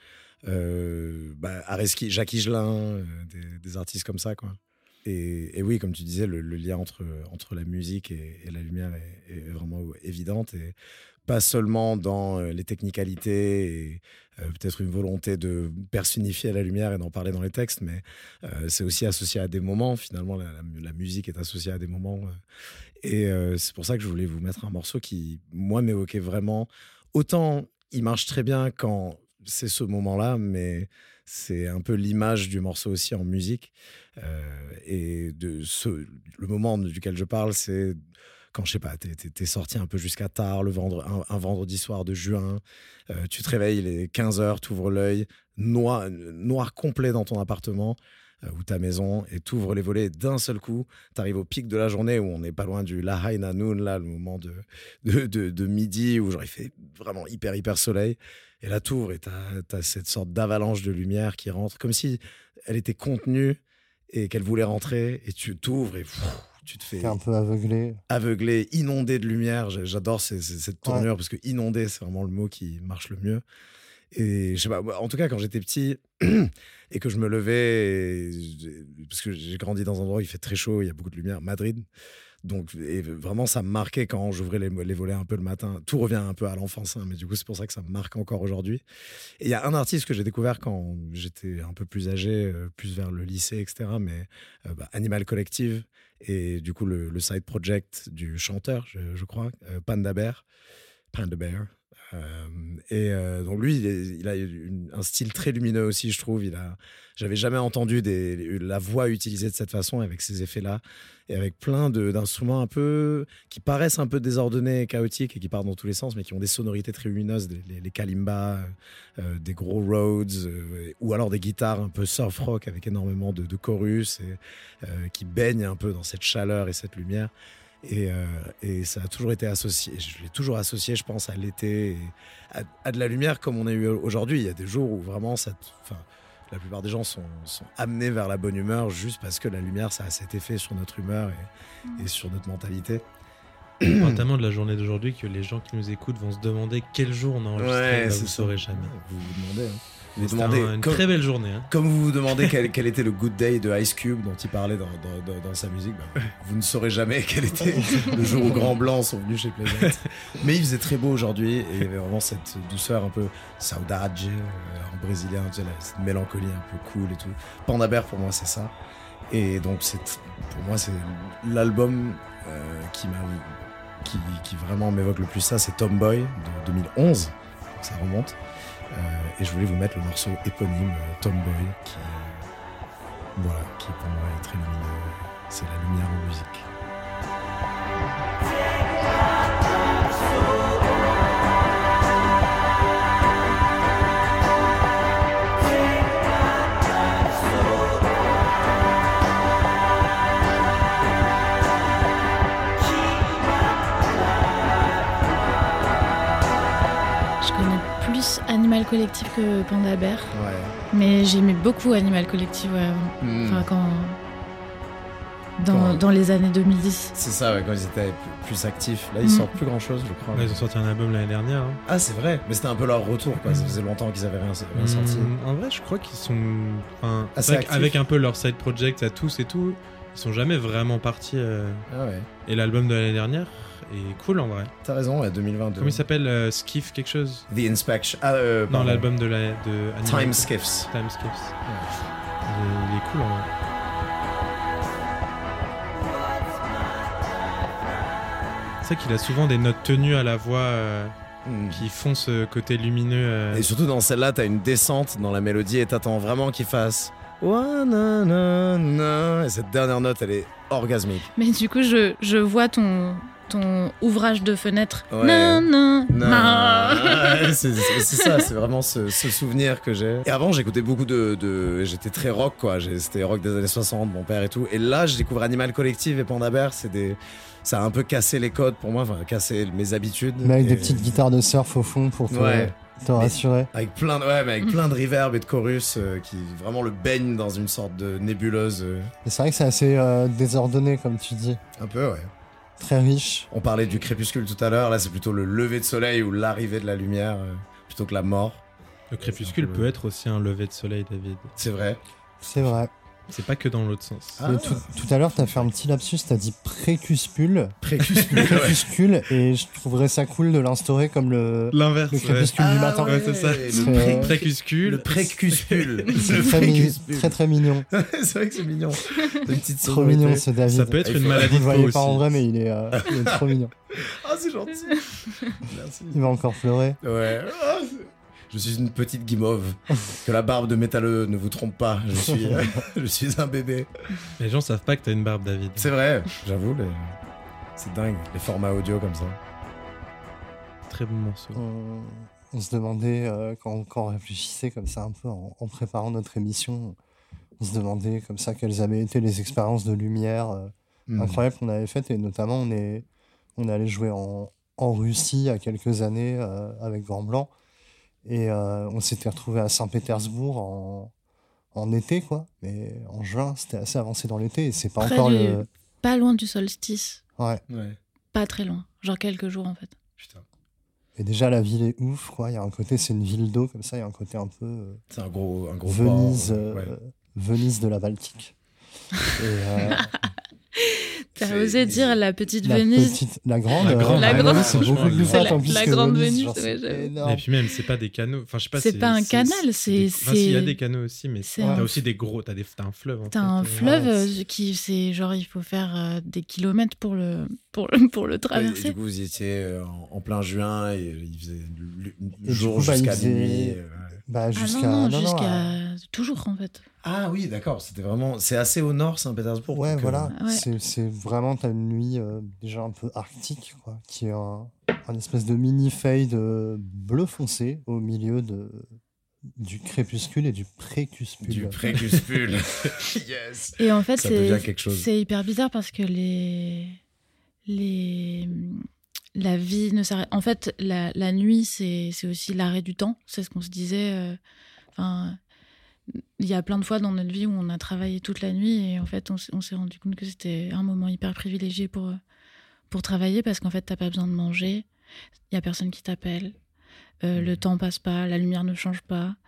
Areski, Jacques Higelin, des artistes comme ça, quoi. Et oui, comme tu disais, le lien entre la musique et la lumière est vraiment évidente, et pas seulement dans les technicalités et peut-être une volonté de personnifier la lumière et d'en parler dans les textes, mais c'est aussi associé à des moments. Finalement, la musique est associée à des moments. Et c'est pour ça que je voulais vous mettre un morceau qui, moi, m'évoquait vraiment. Autant il marche très bien quand c'est ce moment-là, mais c'est un peu l'image du morceau aussi en musique. Et le moment duquel je parle, c'est quand, je sais pas, t'es sorti un peu jusqu'à tard, un vendredi soir de juin, tu te réveilles, il est 15h, t'ouvres l'œil, noir complet dans ton appartement ou ta maison, et t'ouvres les volets d'un seul coup, t'arrives au pic de la journée où on n'est pas loin du Lahain Noon, là, le moment de midi où genre il fait vraiment hyper soleil. Et là, t'ouvres et t'as cette sorte d'avalanche de lumière qui rentre, comme si elle était contenue et qu'elle voulait rentrer. Et tu t'ouvres et tu te fais... T'es un peu aveuglé. Aveuglé, inondé de lumière. J'adore cette tournure, parce que inondé, c'est vraiment le mot qui marche le mieux. Et je sais pas, en tout cas, quand j'étais petit et que je me levais, parce que j'ai grandi dans un endroit où il fait très chaud, il y a beaucoup de lumière, Madrid. Donc, et vraiment, ça me marquait quand j'ouvrais les volets un peu le matin. Tout revient un peu à l'enfance, hein, mais du coup, c'est pour ça que ça me marque encore aujourd'hui. Et il y a un artiste que j'ai découvert quand j'étais un peu plus âgé, plus vers le lycée, etc. Mais Animal Collective, et du coup, le side project du chanteur, je crois, Panda Bear. Donc lui, il a un style très lumineux aussi, je trouve. J'avais jamais entendu la voix utilisée de cette façon, avec ces effets-là, et avec plein d'instruments un peu qui paraissent un peu désordonnés et chaotiques et qui partent dans tous les sens, mais qui ont des sonorités très lumineuses, les kalimbas, des gros Rhodes, ou alors des guitares un peu soft rock avec énormément de chorus, et qui baignent un peu dans cette chaleur et cette lumière. Et ça a toujours été associé, je l'ai toujours associé, je pense, à l'été, à de la lumière comme on a eu aujourd'hui. Il y a des jours où vraiment la plupart des gens sont amenés vers la bonne humeur juste parce que la lumière, ça a cet effet sur notre humeur et sur notre mentalité. On parle tellement de la journée d'aujourd'hui que les gens qui nous écoutent vont se demander quel jour on a enregistré. Ouais, vous ne saurez jamais. Vous demandez, hein. Mais C'était demandez, une très belle journée. Hein. comme vous vous demandez quel était le Good Day de Ice Cube dont il parlait dans sa musique, vous ne saurez jamais quel était le jour où Grand Blanc sont venus chez Pleasant. Mais il faisait très beau aujourd'hui et il y avait vraiment cette douceur un peu saudade en brésilien, tu sais, cette mélancolie un peu cool et tout. Panda Bear pour moi c'est ça. Et donc pour moi c'est l'album qui vraiment m'évoque le plus ça, c'est Tomboy de 2011, donc ça remonte. Et je voulais vous mettre le morceau éponyme Tomboy qui pour moi est très lumineux. C'est la lumière en musique. Je connais plus Animal Collective que Panda Bear, Ouais. mais j'aimais beaucoup Animal Collective ouais, avant. Enfin, dans les années 2010. C'est ça, ouais, quand ils étaient plus actifs. Là, ils sortent plus grand chose, je crois. Là, ils ont sorti un album l'année dernière. Hein. Ah, c'est vrai, mais c'était un peu leur retour, quoi. Ça faisait longtemps qu'ils avaient rien sorti. En vrai, je crois qu'ils sont. Enfin, Assez c'est vrai actifs. qu'avec un peu leur side project à tous et tout, ils sont jamais vraiment partis. Ah ouais, Et l'album de l'année dernière est cool en vrai. t'as raison, ouais, 2022. Comment il s'appelle Skiff quelque chose The Inspection. Non, pardon. l'album de Animal- Time Skiffs. Time Skiffs. Il est cool en vrai. C'est vrai qu'il a souvent des notes tenues à la voix qui font ce côté lumineux. Et surtout dans celle-là, t'as une descente dans la mélodie et t'attends vraiment qu'il fasse. Wa na na na. Et cette dernière note, elle est orgasmique. Mais du coup, je vois ton ouvrage de fenêtre. Ouais. Non, non, non. Ouais, c'est ça, c'est vraiment ce souvenir que j'ai. Et avant, j'écoutais beaucoup j'étais très rock, quoi. C'était rock des années 60, mon père et tout. Et là, je découvre Animal Collective et Panda Bear. Ça a un peu cassé les codes pour moi, enfin, cassé mes habitudes. Mais avec Et- des petites guitares de surf au fond pour te Ouais. rassurer. Avec plein de reverb et de chorus qui vraiment le baignent dans une sorte de nébuleuse. Et c'est vrai que c'est assez désordonné, comme tu dis. Un peu, ouais. Très riche. On parlait du crépuscule tout à l'heure, là c'est plutôt le lever de soleil ou l'arrivée de la lumière plutôt que la mort. Le crépuscule peut être aussi un lever de soleil, David. C'est vrai. C'est vrai. C'est pas que dans l'autre sens. Ah. Et tout à l'heure, t'as fait un petit lapsus, t'as dit précuspule. Précuspule, ouais. Précuspule, et je trouverais ça cool de l'instaurer comme le L'inverse. crépuscule du matin. ouais, c'est ça. C'est- Précuspule. Le précuspule. C'est Le très, précuspule. très très mignon. C'est vrai que c'est mignon. Une petite Trop sonorité. mignon ce David. Ça peut être une Vous maladie Vous de le peau voyez aussi. pas en vrai, mais il est trop mignon. Ah, c'est gentil. Merci. Il va encore pleurer. Ouais. Ah, je suis une petite guimauve. Que la barbe de métalleux ne vous trompe pas. Je suis un bébé. Les gens savent pas que t'as une barbe, David. C'est vrai, j'avoue. C'est dingue, les formats audio comme ça. Très bon morceau. On se demandait, quand on réfléchissait comme ça un peu en préparant notre émission, on se demandait comme ça quelles avaient été les expériences de lumière incroyables qu'on avait faites. Et notamment, on est allé jouer en Russie il y a quelques années avec Grand Blanc. Et on s'était retrouvé à Saint-Pétersbourg en été, quoi. Mais en juin, c'était assez avancé dans l'été et c'est pas Près encore du- le. Pas loin du solstice. Ouais. Ouais, Pas très loin. Genre quelques jours en fait. putain. Et déjà, la ville est ouf, quoi. Il y a un côté, c'est une ville d'eau, comme ça. Il y a un côté un peu C'est un gros Venise, port, ouais. Venise de la Baltique. Et, T'as C'est- osé dire la petite la Venise. la grande. La grande, La grande. c'est beaucoup plus C'est fat en plus la que grande Venise. Venise, genre, ouais, c'est j'avoue. énorme. Et puis même, c'est pas des canaux. Enfin, je sais pas. C'est pas un canal, c'est- Enfin, si, il y a c'est- des canaux aussi, mais c'est t'as un- aussi des gros. T'as un fleuve. en T'as fait. un fleuve ouais, qui, c'est genre, il faut faire des kilomètres pour le Et traverser. du coup, vous y étiez en plein juin et il faisait Et jour du coup, bah, jusqu'à il faisait- minuit. Bah, Ah jusqu'à. non, non, jusqu'à toujours en fait. Ah oui, d'accord. C'était vraiment. C'est assez au nord, Saint-Pétersbourg. Ouais, donc, voilà. Ouais. C'est vraiment, t'as une nuit déjà un peu arctique, quoi, qui est un espèce de mini fade bleu foncé au milieu du crépuscule et du précuspule. Du précuspule. Yes. Et en fait, Ça devient quelque chose. c'est hyper bizarre parce que la vie ne s'arrête. En fait, la nuit, c'est aussi l'arrêt du temps. C'est ce qu'on se disait. Enfin, il y a plein de fois dans notre vie où on a travaillé toute la nuit et en fait, on s'est rendu compte que c'était un moment hyper privilégié pour travailler parce qu'en fait, t'as pas besoin de manger. Il y a personne qui t'appelle. Le temps passe pas, la lumière ne change pas.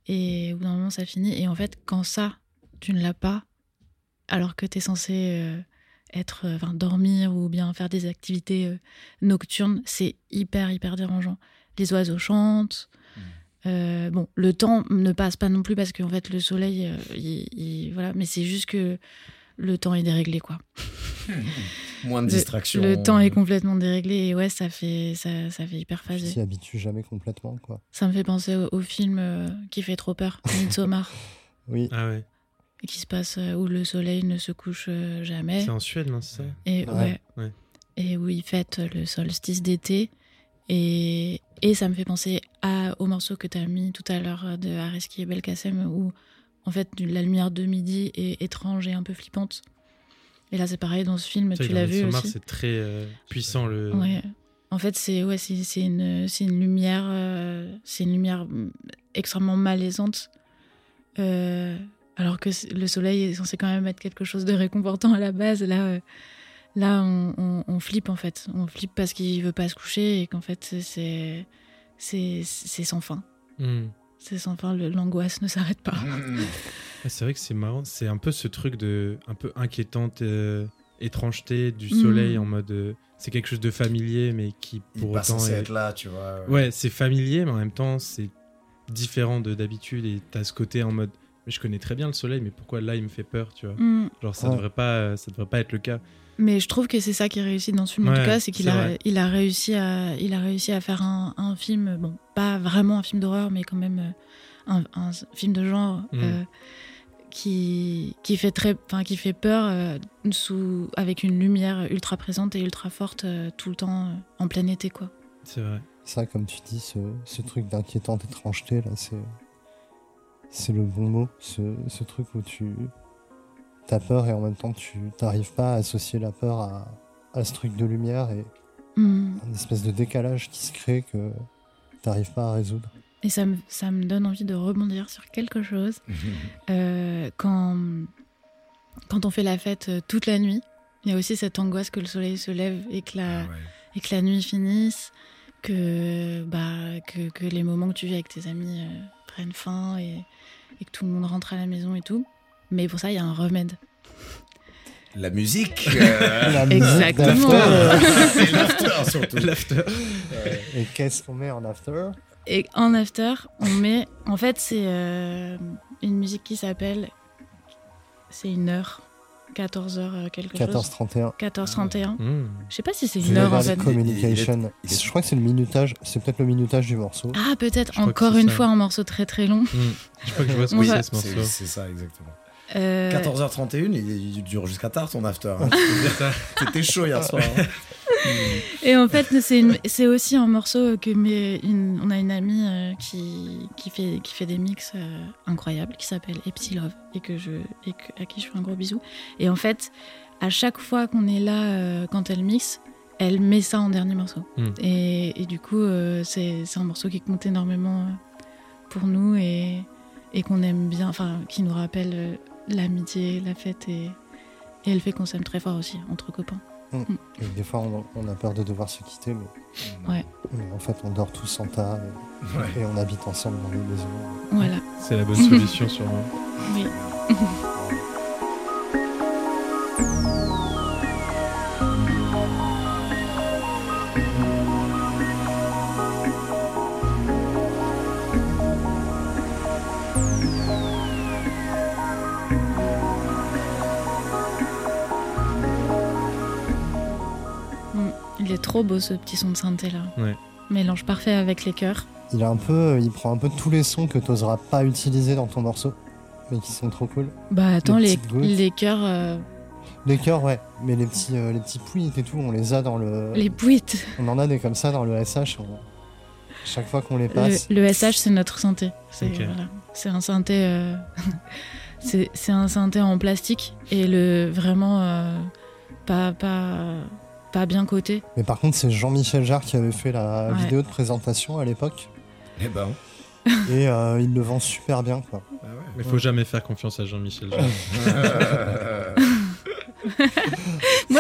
Et au bout d'un moment, ça finit. Et en fait, quand ça, tu ne l'as pas, alors que tu es censé dormir ou bien faire des activités nocturnes, c'est hyper, hyper dérangeant. Les oiseaux chantent. Le temps ne passe pas non plus parce qu'en fait, le soleil, voilà. Mais c'est juste que le temps est déréglé, quoi. Moins de distractions. Le temps est complètement déréglé et ouais, ça fait hyper Tu phasé. t'y habitues jamais complètement, quoi. Ça me fait penser au film qui fait trop peur, Midsommar, Oui. Ah ouais. qui se passe où le soleil ne se couche jamais. C'est en Suède, non, c'est ça? Et Ouais. Ouais. Et où ils fêtent le solstice d'été. Et ça me fait penser au morceau que tu as mis tout à l'heure de Areski et Belkacem, où en fait la lumière de midi est étrange et un peu flippante. Et là c'est pareil dans ce film, tu l'as vu Midsommar, aussi. c'est très puissant. Ouais. En fait c'est une lumière, extrêmement malaisante. Alors que le soleil est censé quand même être quelque chose de réconfortant à la base. Là, on flippe en fait. On flippe parce qu'il veut pas se coucher et qu'en fait, c'est sans fin. C'est sans fin, l'angoisse ne s'arrête pas. C'est vrai que c'est marrant. C'est un peu ce truc de un peu inquiétante étrangeté du soleil en mode c'est quelque chose de familier mais qui pour pas autant censé être là, tu vois. Ouais, c'est familier mais en même temps c'est différent d'habitude et t'as ce côté en mode mais je connais très bien le soleil mais pourquoi là il me fait peur, tu vois. Genre ça devrait pas être le cas. Mais je trouve que c'est ça qui est réussi dans ce film en tout cas, c'est qu'il a réussi à faire un film, bon, pas vraiment un film d'horreur mais quand même un film de genre qui fait peur avec une lumière ultra présente et ultra forte tout le temps en plein été, quoi. C'est vrai. Ça, comme tu dis, ce truc d'inquiétante étrangeté là, c'est le bon mot. Ce truc où t'as peur et en même temps tu t'arrives pas à associer la peur à ce truc de lumière et une espèce de décalage qui se crée que t'arrives pas à résoudre. Et ça me donne envie de rebondir sur quelque chose. Quand on fait la fête toute la nuit, il y a aussi cette angoisse que le soleil se lève et que la nuit finisse, que les moments que tu vis avec tes amis prennent fin et que tout le monde rentre à la maison et tout. Mais pour ça, il y a un remède. La musique. Exactement. C'est l'after surtout. L'after. Et qu'est-ce qu'on met en after ? Et en after, on met... En fait, c'est une musique qui s'appelle... C'est une heure. 14h quelque 14h31. 14h31. Je sais pas si c'est une heure en fait. Communication. Je crois que c'est le minutage. C'est peut-être le minutage du morceau. Ah, peut-être. Encore une fois, un morceau très très long. Je crois que je vois ce que c'est ce morceau. C'est ça, exactement. 14h31, il dure jusqu'à tard ton after. Hein. T'étais chaud hier soir. Hein. Et en fait, c'est aussi un morceau que on a une amie qui fait des mix incroyables, qui s'appelle Epsilove, et à qui je fais un gros bisou. Et en fait, à chaque fois qu'on est là, quand elle mixe, elle met ça en dernier morceau. Et du coup, c'est un morceau qui compte énormément pour nous et qu'on aime bien, enfin, qui nous rappelle l'amitié, la fête et le fait qu'on s'aime très fort aussi, entre copains. Et des fois, on a peur de devoir se quitter, mais en fait, on dort tous en tas et on habite ensemble dans les maisons. Voilà. C'est la bonne solution, sûrement. Oui. Il est trop beau ce petit son de synthé là. Ouais. Mélange parfait avec les chœurs. Il prend un peu tous les sons que t'oseras pas utiliser dans ton morceau, mais qui sont trop cool. Bah attends, les chœurs. Les chœurs, ouais, mais les petits pouilles et tout, on les a dans le. Les pouites. On en a des comme ça dans le SH. Chaque fois qu'on les passe. Le SH, c'est notre synthé. Okay. Voilà. C'est un synthé. c'est un synthé en plastique et pas bien coté. Mais par contre, c'est Jean-Michel Jarre qui avait fait la vidéo de présentation à l'époque. Eh ben. Et il le vend super bien, quoi. Ah ouais. Mais faut jamais faire confiance à Jean-Michel Jarre. Moi,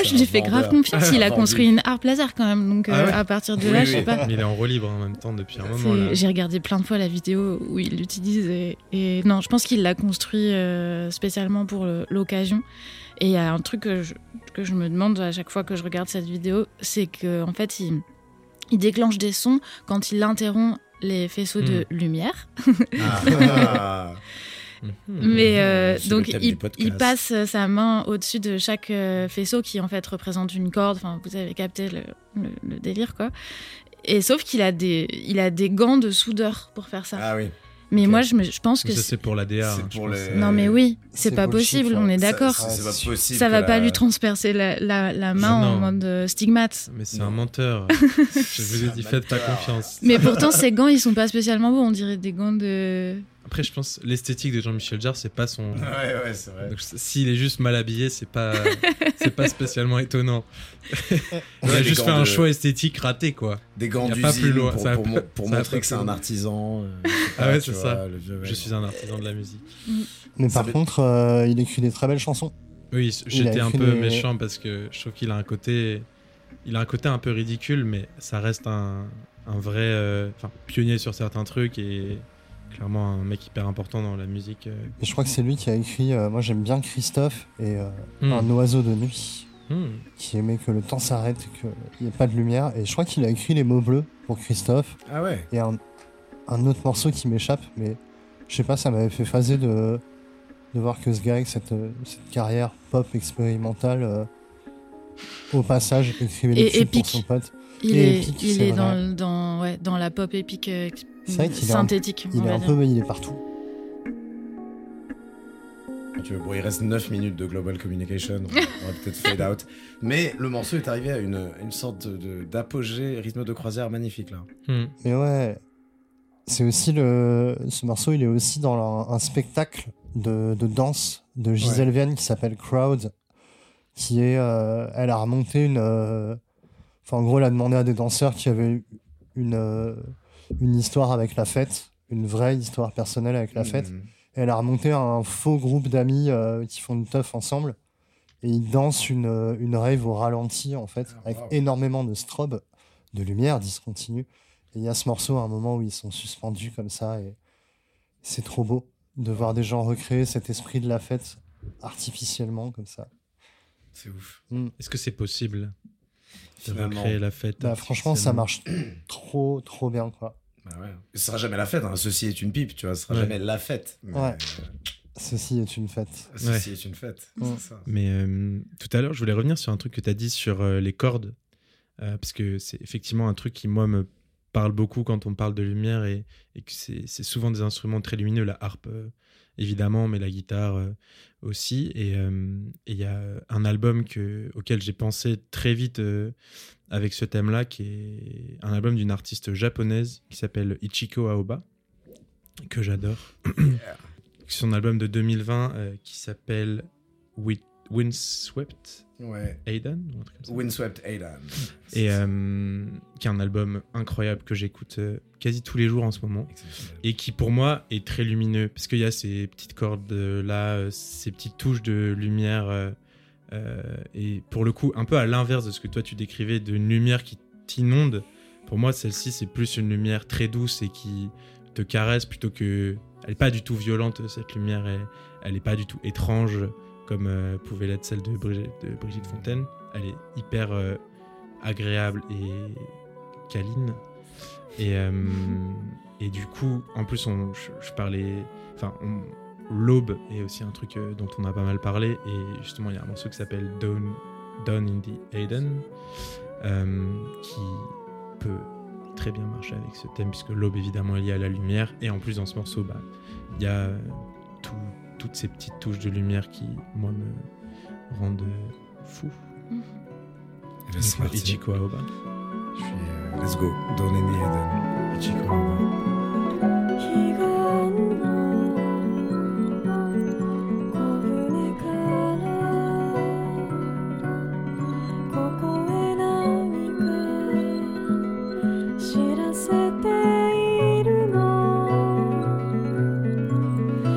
c'est je lui un fais grave vendeur. confiance. Il a Vendu. construit une harpe laser quand même. Donc, Ah ouais à partir de Oui, là, oui. je sais pas. Mais il est en roue libre en même temps depuis un moment. Là. J'ai regardé plein de fois la vidéo où il l'utilise. Et non, je pense qu'il l'a construit spécialement pour l'occasion. Et il y a un truc que je me demande à chaque fois que je regarde cette vidéo, c'est qu'en fait, il déclenche des sons quand il interrompt les faisceaux de lumière. Ah. Mais C'est donc le thème du il podcast. passe sa main au-dessus de chaque faisceau qui en fait représente une corde. Enfin, vous avez capté le délire quoi. Et sauf qu'il a des gants de soudeur pour faire ça. Ah oui. Mais ok. moi je pense que Ça, c'est pour l'ADA. C'est hein, pour je pense. les- non mais oui, c'est c'est pas bullshit, possible. là. On est d'accord. C'est pas possible. Ça va que pas la- lui transpercer la main Non. en mode stigmate. Mais c'est Non. un menteur. Je vous ai dit, faites pas menteur. confiance. Mais pourtant ces gants ils sont pas spécialement beaux. On dirait des gants de. Après, je pense l'esthétique de Jean-Michel Jarre, c'est pas son. Ouais, c'est vrai. Donc, s'il est juste mal habillé, c'est pas spécialement étonnant. Il a des juste gants fait un de- choix esthétique raté, quoi. Des gants Y a d'usine pas plus loin, pour, ça va pour, pas- mo- pour ça va montrer pas que c'est plus un loin. artisan. Ah ouais, tu c'est vois, ça. le vieux, ouais. Je suis un artisan de la musique. Mais Ça par veut- contre, il écrit des très belles chansons. Oui, Il a j'étais un écrit peu des- méchant parce que je trouve qu'il a un côté. Il a un côté un peu ridicule, mais ça reste un vrai pionnier sur certains trucs et clairement un mec hyper important dans la musique. Et je crois que c'est lui qui a écrit. Moi, j'aime bien Christophe et Hmm. Un oiseau de nuit, Hmm. qui aimait que le temps s'arrête et qu'il n'y ait pas de lumière. Et je crois qu'il a écrit Les mots bleus pour Christophe. Ah ouais. Et un autre morceau qui m'échappe, mais je sais pas, ça m'avait fait phaser de voir que ce gars avec cette carrière pop expérimentale, au passage, écrivait Et des tubes pour épique. son pote. Il Et est, épique, il c'est est vrai. dans la pop épique C'est vrai qu'il est un- synthétique. Il on est va un dire. peu, il est partout. Bon, il reste 9 minutes de Global Communication, on va peut-être fade out. Mais le morceau est arrivé à une sorte d'apogée, rythme de croisière magnifique là. Hmm. Mais ouais, c'est aussi ce morceau, il est aussi dans un spectacle de danse de Gisèle Vienne qui s'appelle Crowd, qui est, elle a remonté enfin en gros, elle a demandé à des danseurs qui avaient une histoire avec la fête, une vraie histoire personnelle avec la fête. Mhm. Et elle a remonté un faux groupe d'amis qui font une teuf ensemble. Et ils dansent une rave au ralenti, en fait, avec wow. énormément de strobe, de lumière discontinue. Et il y a ce morceau à un moment où ils sont suspendus comme ça. Et c'est trop beau de voir des gens recréer cet esprit de la fête artificiellement, comme ça. C'est ouf. Est-ce que c'est possible de Finalement. recréer la fête Bah, franchement, ça artificiellement marche trop, trop bien, quoi. Bah ouais. Ce sera jamais la fête, hein. Ceci est une pipe, tu vois, ce sera Ouais. jamais la fête. Mais, Ouais. Ceci est une fête. Ceci est une fête, Ouais. c'est ça. Mais tout à l'heure, je voulais revenir sur un truc que tu as dit sur les cordes, parce que c'est effectivement un truc qui, moi, me parle beaucoup quand on parle de lumière et que c'est souvent des instruments très lumineux, la harpe évidemment, mais la guitare aussi. Et il y a un album auquel j'ai pensé très vite avec ce thème-là, qui est un album d'une artiste japonaise qui s'appelle Ichiko Aoba, que j'adore. Son album de 2020 qui s'appelle Windswept Ouais. Aidan, ou un truc comme ça. Windswept Aidan. Et qui est un album incroyable que j'écoute quasi tous les jours en ce moment Exceptionnel. et qui pour moi est très lumineux parce qu'il y a ces petites cordes là, ces petites touches de lumière et pour le coup un peu à l'inverse de ce que toi tu décrivais d'une lumière qui t'inonde. Pour moi celle-ci c'est plus une lumière très douce et qui te caresse plutôt que... Elle est pas du tout violente cette lumière, elle est pas du tout étrange comme pouvait l'être celle de Brigitte Fontaine. Elle est hyper agréable et câline. Et du coup, en plus, je parlais... Enfin, l'aube est aussi un truc dont on a pas mal parlé. Et justement, il y a un morceau qui s'appelle Dawn in the Aidan, qui peut très bien marcher avec ce thème, puisque l'aube, évidemment, est liée à la lumière. Et en plus, dans ce morceau, il y a toutes ces petites touches de lumière qui, moi, me rendent fou. Et là, c'est Donc, parti. Ichiko Aoba. Je suis, let's go. Dawn in the Aidan. Ichiko Aoba. 知らせているの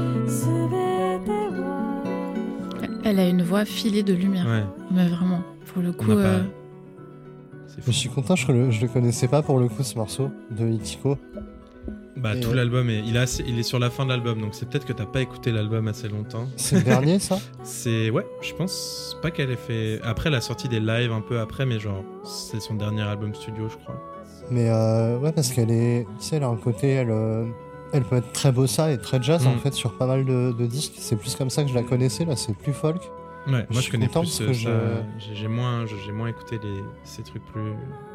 全ては Elle a une voix filée de lumière. Ouais. Mais vraiment, pour le On coup, n'a pas- C'est fou. Je suis content, je le connaissais pas pour le coup, ce morceau de Ichiko. Bah, Et tout l'album, il est sur la fin de l'album, donc c'est peut-être que t'as pas écouté l'album assez longtemps. C'est le dernier, ça? Ouais, je pense pas qu'elle ait fait. Après, elle a sorti des lives un peu après, mais genre, c'est son dernier album studio, je crois. Mais ouais, parce qu'elle est. Tu sais, elle a un côté. Elle peut être très bossa et très jazz, en fait, sur pas mal de disques. C'est plus comme ça que je la connaissais, là, c'est plus folk. Ouais, Je moi je suis connais content plus parce que ça. J'ai moins écouté ces trucs plus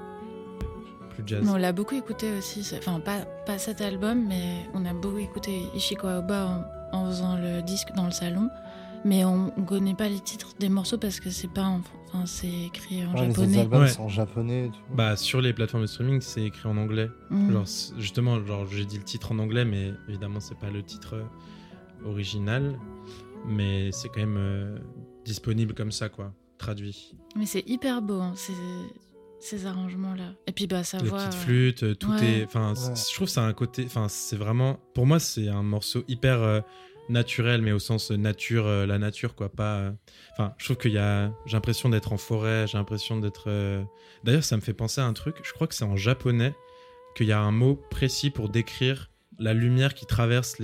jazz. mais on l'a beaucoup écouté aussi. Enfin, pas cet album, mais on a beaucoup écouté Ichiko Aoba en faisant le disque dans le salon. Mais on connaît pas les titres des morceaux parce que c'est pas enfin, c'est écrit en Les autres japonais. albums Ouais. sont en japonais et tout. Bah, sur les plateformes de streaming, c'est écrit en anglais. Mm. Genre, justement, genre, j'ai dit le titre en anglais, mais évidemment, c'est pas le titre original. Mais c'est quand même disponible comme ça, quoi, traduit. Mais c'est hyper beau, hein, ces arrangements-là. Et puis, bah, sa Les voix. petites flûtes, tout ouais. est. Enfin, Ouais. je trouve que ça a un côté. Enfin, c'est vraiment. Pour moi, c'est un morceau hyper naturel, mais au sens nature, la nature, quoi. Pas. Enfin, je trouve qu'il y a. J'ai l'impression d'être en forêt, j'ai l'impression d'être. D'ailleurs, ça me fait penser à un truc. Je crois que c'est en japonais qu'il y a un mot précis pour décrire la lumière qui traverse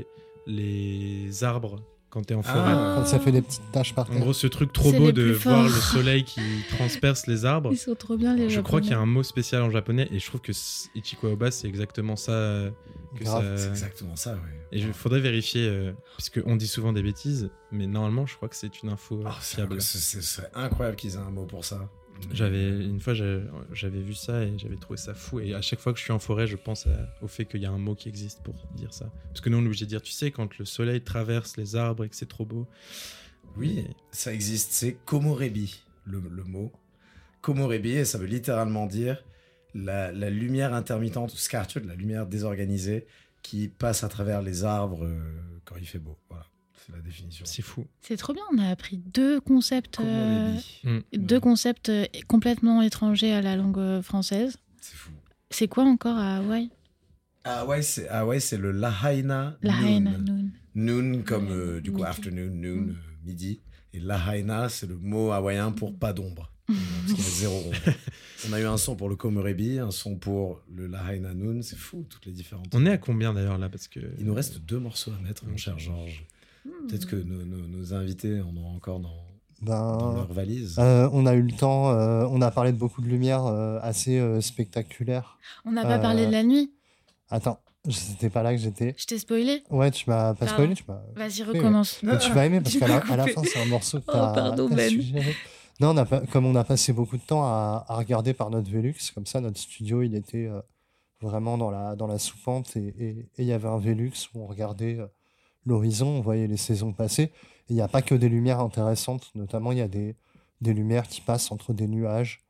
les arbres quand t'es en forêt. Ah. Quand ça fait des petites taches par En terre. gros, ce truc trop C'est beau les de plus voir le forts. soleil qui transperce les arbres. Ils sont trop bien, les Je crois qu'il y a Japonais. un mot spécial en japonais et je trouve que Ichiko Aoba, c'est exactement ça. Que Grave, C'est ça... exactement ça, ouais. Et il faudrait vérifier, puisqu'on dit souvent des bêtises, mais normalement, je crois que c'est une info Ah, fiable. ce serait incroyable qu'ils aient un mot pour ça. Une fois, j'avais vu ça et j'avais trouvé ça fou. Et à chaque fois que je suis en forêt, je pense au fait qu'il y a un mot qui existe pour dire ça. Parce que nous, on est obligé de dire, tu sais, quand le soleil traverse les arbres et que c'est trop beau. Oui, Et- ça existe. C'est komorebi, le mot. Komorebi, et ça veut littéralement dire la lumière intermittente, ou scattered, la lumière désorganisée qui passe à travers les arbres quand il fait beau. Voilà, c'est la définition. C'est fou. C'est trop bien, on a appris deux concepts, Komorebi. deux concepts complètement étrangers à la langue française. C'est fou. C'est quoi encore à Hawaï? Ah ouais, c'est le lahaina La noon. haine, noon. Noon comme du coup Midi. afternoon, noon, midi. Et lahaina, c'est le mot hawaïen pour pas d'ombre. Parce qu'il y a zéro ombre. On a eu un son pour le komorebi, un son pour le lahaina noon. C'est fou, toutes les différentes. On est à combien d'ailleurs là parce que... Il nous reste 2 morceaux à mettre, mon cher Georges. Peut-être que nos invités en ont encore dans leur valise. On a eu le temps, on a parlé de beaucoup de lumière assez spectaculaire. On n'a pas parlé de la nuit. Attends, c'était pas là que j'étais. Je t'ai spoilé. Ouais, tu m'as pas Pardon. spoilé, tu m'as. Vas-y, Oui, recommence. Mais tu vas aimer parce Tu qu'à m'as à la coupé. fin, c'est un morceau que Oh, t'as pardon, t'as Ben. suggéré. Non, comme on a passé beaucoup de temps à regarder par notre Velux, comme ça, notre studio, il était vraiment dans la soupente et il y avait un Velux où on regardait l'horizon, on voyait les saisons passer. Et il n'y a pas que des lumières intéressantes, notamment il y a des lumières qui passent entre des nuages.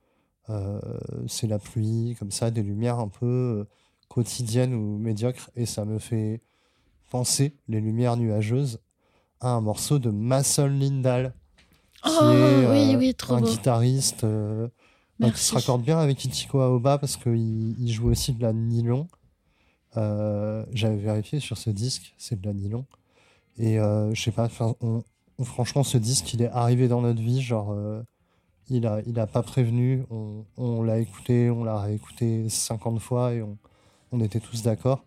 C'est la pluie, comme ça, des lumières un peu quotidiennes ou médiocres. Et ça me fait penser, les lumières nuageuses, à un morceau de Mason Lindahl, qui Oh, est oui, trop un beau. guitariste qui Merci. se raccorde bien avec Ichiko Aoba parce qu'il joue aussi de la nylon. J'avais vérifié sur ce disque, c'est de la nylon. Et je sais pas, franchement, ce disque, il est arrivé dans notre vie, genre, il a pas prévenu, on l'a écouté, on l'a réécouté 50 fois et on était tous d'accord.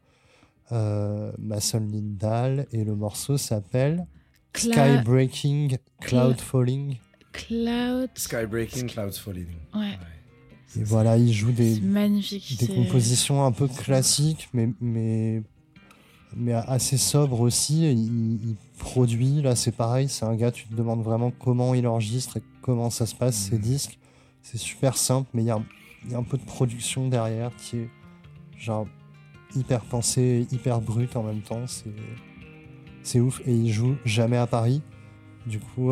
Mason Lindahl, et le morceau s'appelle Sky Breaking, Cloud Falling. Cloud. Skybreaking, Clouds Falling. Ouais, Et voilà, il joue c'est magnifique. des c'est- compositions un peu classiques, mais assez sobres aussi. Et il produit, là c'est pareil, c'est un gars, tu te demandes vraiment comment il enregistre et comment ça se passe, ces disques. C'est super simple, mais il y a un peu de production derrière qui est genre hyper pensée, hyper brute en même temps. C'est ouf. Et il joue jamais à Paris. Du coup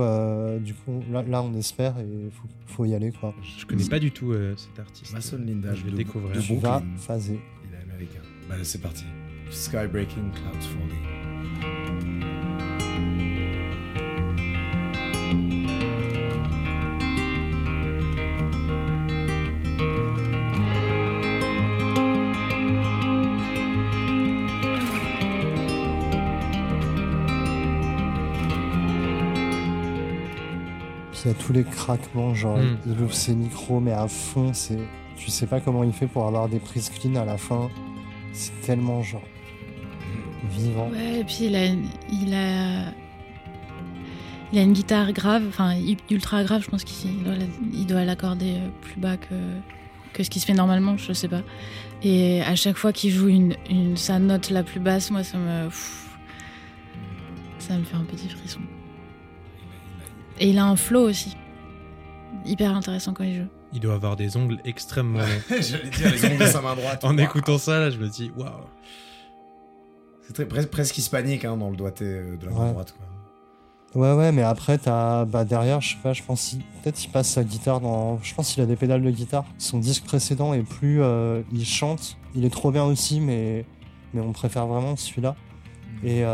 là on espère et faut y aller, quoi. Je connais pas du tout cet artiste. Mason Lindahl, Je vais de- découvrir. de Tu vas Brooklyn. phaser. Il est américain. Bah, c'est parti. Skybreaking, Clouds Falling. il y a tous les craquements, genre il ouvre ses micros mais à fond, tu sais pas comment il fait pour avoir des prises clean à la fin. C'est tellement genre vivant. Ouais, et puis il a une guitare grave, enfin ultra grave, je pense qu'il doit l'accorder plus bas que ce qui se fait normalement, je sais pas. Et à chaque fois qu'il joue sa note la plus basse, moi ça me fait un petit frisson. Et il a un flow aussi, hyper intéressant quand il joue. Il doit avoir des ongles extrêmement longs. J'allais dire les ongles de sa main droite. En écoutant ça, là, je me dis waouh. C'est presque hispanique dans le doigté de la main droite, quoi. Ouais, mais après, derrière, je sais pas, je pense peut-être il passe sa guitare je pense qu'il a des pédales de guitare. Son disque précédent est plus... il chante, il est trop bien aussi, mais on préfère vraiment celui-là. Et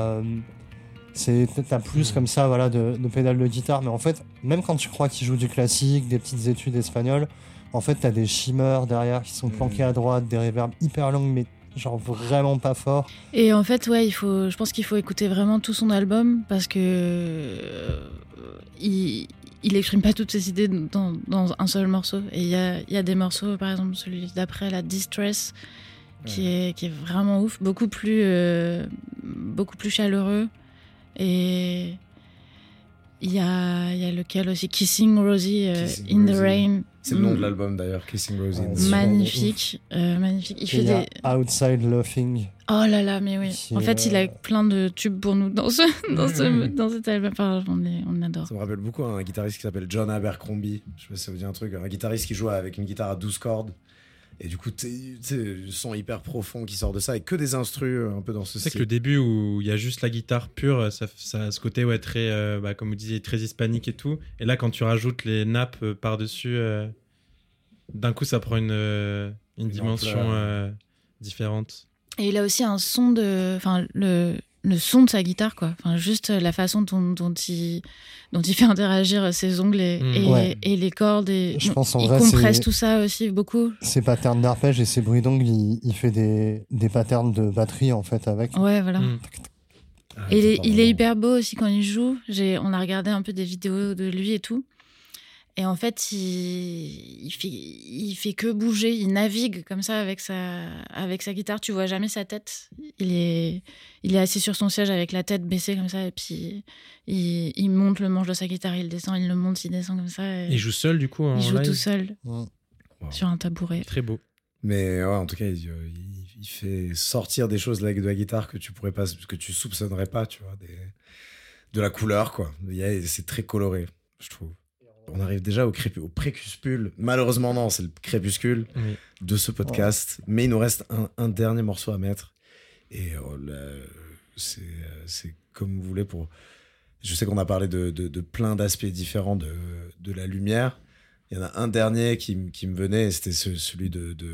t'as plus comme ça, voilà, de pédales de guitare. Mais en fait, même quand tu crois qu'il joue du classique, des petites études espagnoles, en fait, t'as des shimmers derrière qui sont planqués à droite, des reverbs hyper longues, mais genre vraiment pas fort. Et en fait, ouais, je pense qu'il faut écouter vraiment tout son album parce que il exprime pas toutes ses idées dans un seul morceau. Et il y a des morceaux, par exemple celui d'après, la Distress, qui est vraiment ouf, beaucoup plus chaleureux. Et il y a lequel aussi, Kissing Rosie, Kissing in the Rosie. Rain. C'est le nom de l'album d'ailleurs, Kissing Rosie. Magnifique, magnifique. Il fait des Outside Laughing. Oh là là, mais oui. En fait, il a plein de tubes pour nous dans cet album. Enfin, on adore. Ça me rappelle beaucoup un guitariste qui s'appelle John Abercrombie. Je sais pas si ça vous dit un truc. Un guitariste qui joue avec une guitare à 12 cordes. Et du coup, tu sais, le son hyper profond qui sort de ça et que des instrus un peu dans ce style. C'est que le début où il y a juste la guitare pure, ça a ce côté très, comme vous disiez, très hispanique et tout. Et là, quand tu rajoutes les nappes par-dessus, d'un coup, ça prend une dimension différente. Et il a aussi un son le son de sa guitare, quoi. Enfin, juste la façon dont il fait interagir ses ongles et les cordes. Et je pense il compresse tout ça aussi beaucoup. Ses patterns d'arpège et ses bruits d'ongles, il fait des patterns de batterie en fait avec. Ouais, voilà. Et il est hyper beau aussi quand il joue. On a regardé un peu des vidéos de lui et tout. Et en fait, il fait que bouger, il navigue comme ça avec sa guitare. Tu vois jamais sa tête. Il est assis sur son siège avec la tête baissée comme ça, et puis il monte le manche de sa guitare, il descend, il le monte, il descend comme ça. Il joue seul du coup en Il joue live. tout seul sur un tabouret. Très beau. Mais ouais, en tout cas, il fait sortir des choses de la guitare que tu soupçonnerais pas, tu vois, de la couleur, quoi. C'est très coloré, je trouve. On arrive déjà au précuspule. Malheureusement, non, c'est le crépuscule de ce podcast. Mais il nous reste un dernier morceau à mettre. Et c'est comme vous voulez. Je sais qu'on a parlé de plein d'aspects différents de la lumière. Il y en a un dernier qui me venait, et c'était celui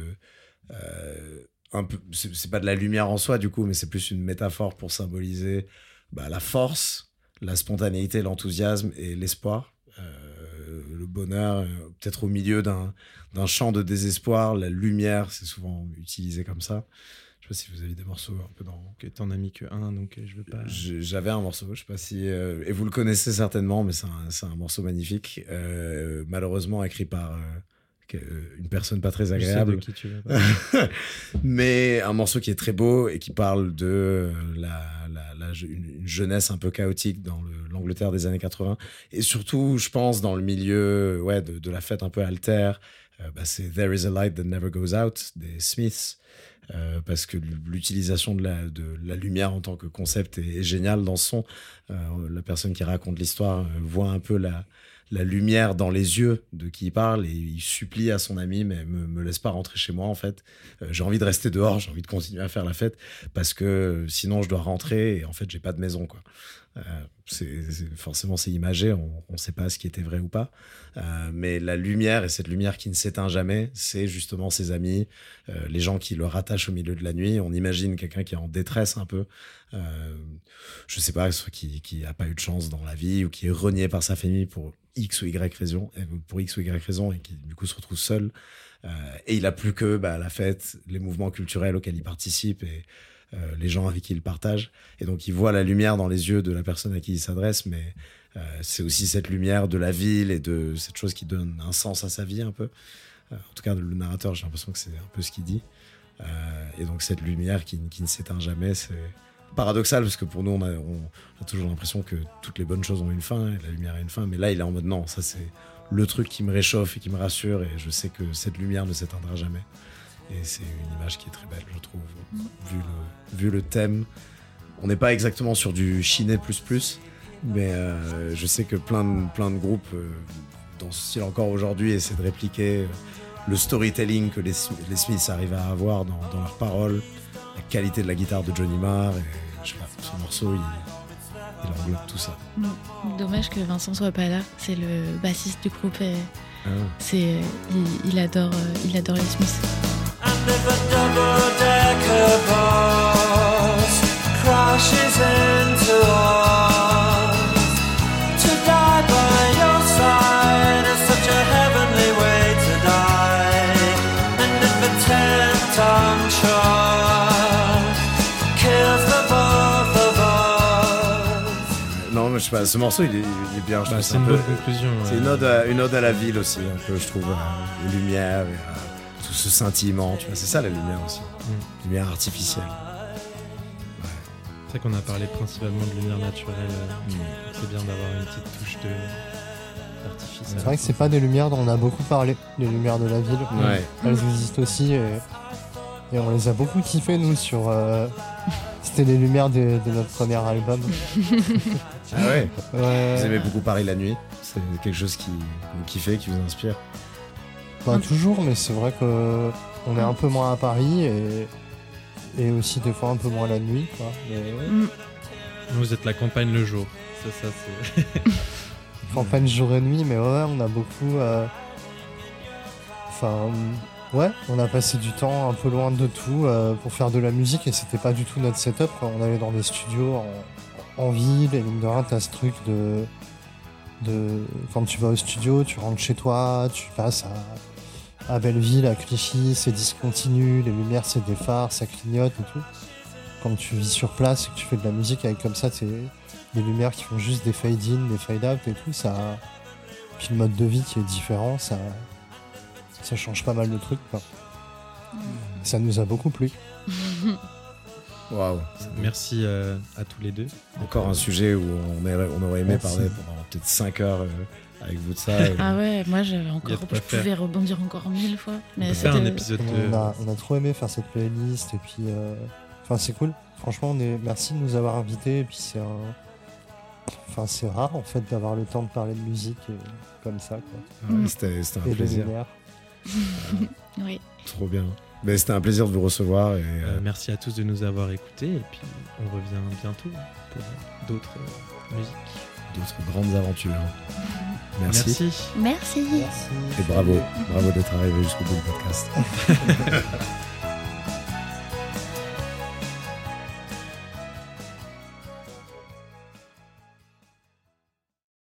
un peu, c'est pas de la lumière en soi, du coup, mais c'est plus une métaphore pour symboliser la force, la spontanéité, l'enthousiasme et l'espoir. Le bonheur, peut-être au milieu d'un champ de désespoir, la lumière, c'est souvent utilisé comme ça. Je sais pas si vous avez des morceaux un peu dans... Que t'en as mis que un, donc je veux pas... J'avais un morceau, je sais pas si... et vous le connaissez certainement, mais c'est un morceau magnifique, malheureusement écrit par une personne pas très agréable. Je sais de qui tu veux pas. Mais un morceau qui est très beau et qui parle de une jeunesse un peu chaotique dans l'Angleterre des années 80. Et surtout, je pense, dans le milieu de la fête un peu altère, c'est There is a light that never goes out des Smiths. Parce que l'utilisation de la lumière en tant que concept est géniale dans ce son. La personne qui raconte l'histoire voit un peu la lumière dans les yeux de qui il parle et il supplie à son ami, mais me laisse pas rentrer chez moi en fait. J'ai envie de rester dehors, j'ai envie de continuer à faire la fête parce que sinon je dois rentrer et en fait j'ai pas de maison, quoi. Forcément c'est imagé, on sait pas ce qui était vrai ou pas, mais la lumière, et cette lumière qui ne s'éteint jamais, c'est justement ses amis, les gens qui le rattachent au milieu de la nuit. On imagine quelqu'un qui est en détresse un peu, je sais pas, soit qui a pas eu de chance dans la vie ou qui est renié par sa famille pour X ou Y raison, et qui du coup se retrouve seul, et il a plus que la fête, les mouvements culturels auxquels il participe et les gens avec qui il partage. Et donc, il voit la lumière dans les yeux de la personne à qui il s'adresse, mais c'est aussi cette lumière de la ville et de cette chose qui donne un sens à sa vie un peu. En tout cas, le narrateur, j'ai l'impression que c'est un peu ce qu'il dit. Et donc, cette lumière qui ne s'éteint jamais, c'est paradoxal parce que pour nous, on a toujours l'impression que toutes les bonnes choses ont une fin et la lumière a une fin. Mais là, il est en mode non, ça c'est le truc qui me réchauffe et qui me rassure et je sais que cette lumière ne s'éteindra jamais. Et c'est une image qui est très belle, je trouve, vu le thème. On n'est pas exactement sur du Chiné++, mais je sais que plein de groupes dans ce style encore aujourd'hui essaient de répliquer le storytelling que les Smiths arrivent à avoir dans leurs paroles, la qualité de la guitare de Johnny Marr, et je sais pas, ce morceau, il englobe tout ça. Dommage que Vincent soit pas là, c'est le bassiste du groupe et il adore les Smiths. And if a double-decker bus crashes into us, to die by your side is such a heavenly way to die. And if a 10-ton truck kills the both of us. Non, mais je sais pas, ce morceau, il est bien. C'est une bonne conclusion. C'est une ode à la ville aussi, un peu, je trouve, aux lumières et à tout ce scintillement, tu vois, c'est ça la lumière aussi. Lumière artificielle. Ouais. C'est vrai qu'on a parlé principalement de lumière naturelle. C'est bien d'avoir une petite touche d'artifice. C'est vrai que c'est pas des lumières dont on a beaucoup parlé, les lumières de la ville. Ouais. Elles existent aussi et on les a beaucoup kiffées nous sur. C'était les lumières de notre premier album. Ah ouais. Ouais. Vous aimez beaucoup Paris la nuit? C'est quelque chose qui vous kiffez, qui vous inspire? Pas toujours, mais c'est vrai que on est un peu moins à Paris et aussi des fois un peu moins la nuit, quoi. Mais... Vous êtes la campagne le jour. C'est ça, c'est. Campagne jour et nuit, mais ouais, on a beaucoup. Enfin, ouais, on a passé du temps un peu loin de tout pour faire de la musique et c'était pas du tout notre setup, quoi. On allait dans des studios en ville et mine de rien, t'as ce truc de quand tu vas au studio, tu rentres chez toi, tu passes à Belleville, à Clichy, c'est discontinu, les lumières c'est des phares, ça clignote et tout. Quand tu vis sur place et que tu fais de la musique avec comme ça, c'est des lumières qui font juste des fade-in, des fade-out et tout, ça. Puis le mode de vie qui est différent, ça change pas mal de trucs, quoi. Ça nous a beaucoup plu. Waouh. Merci à tous les deux. Encore un sujet où on aurait aimé parler pendant peut-être 5 heures avec vous de ça. Ah ouais, moi je quoi pouvais faire. rebondir encore 1000 fois. Mais Faire un c'était- épisode On a trop aimé faire cette playlist et puis enfin c'est cool. Franchement, merci de nous avoir invités et puis c'est rare en fait d'avoir le temps de parler de musique comme ça, quoi. Ouais, c'était un Et de plaisir. lumière. Oui. Trop bien. Mais c'était un plaisir de vous recevoir. Et, merci à tous de nous avoir écoutés et puis on revient bientôt pour d'autres musiques. d'autres grandes aventures. Merci. Merci. Merci. Et bravo d'être arrivé jusqu'au bout du podcast.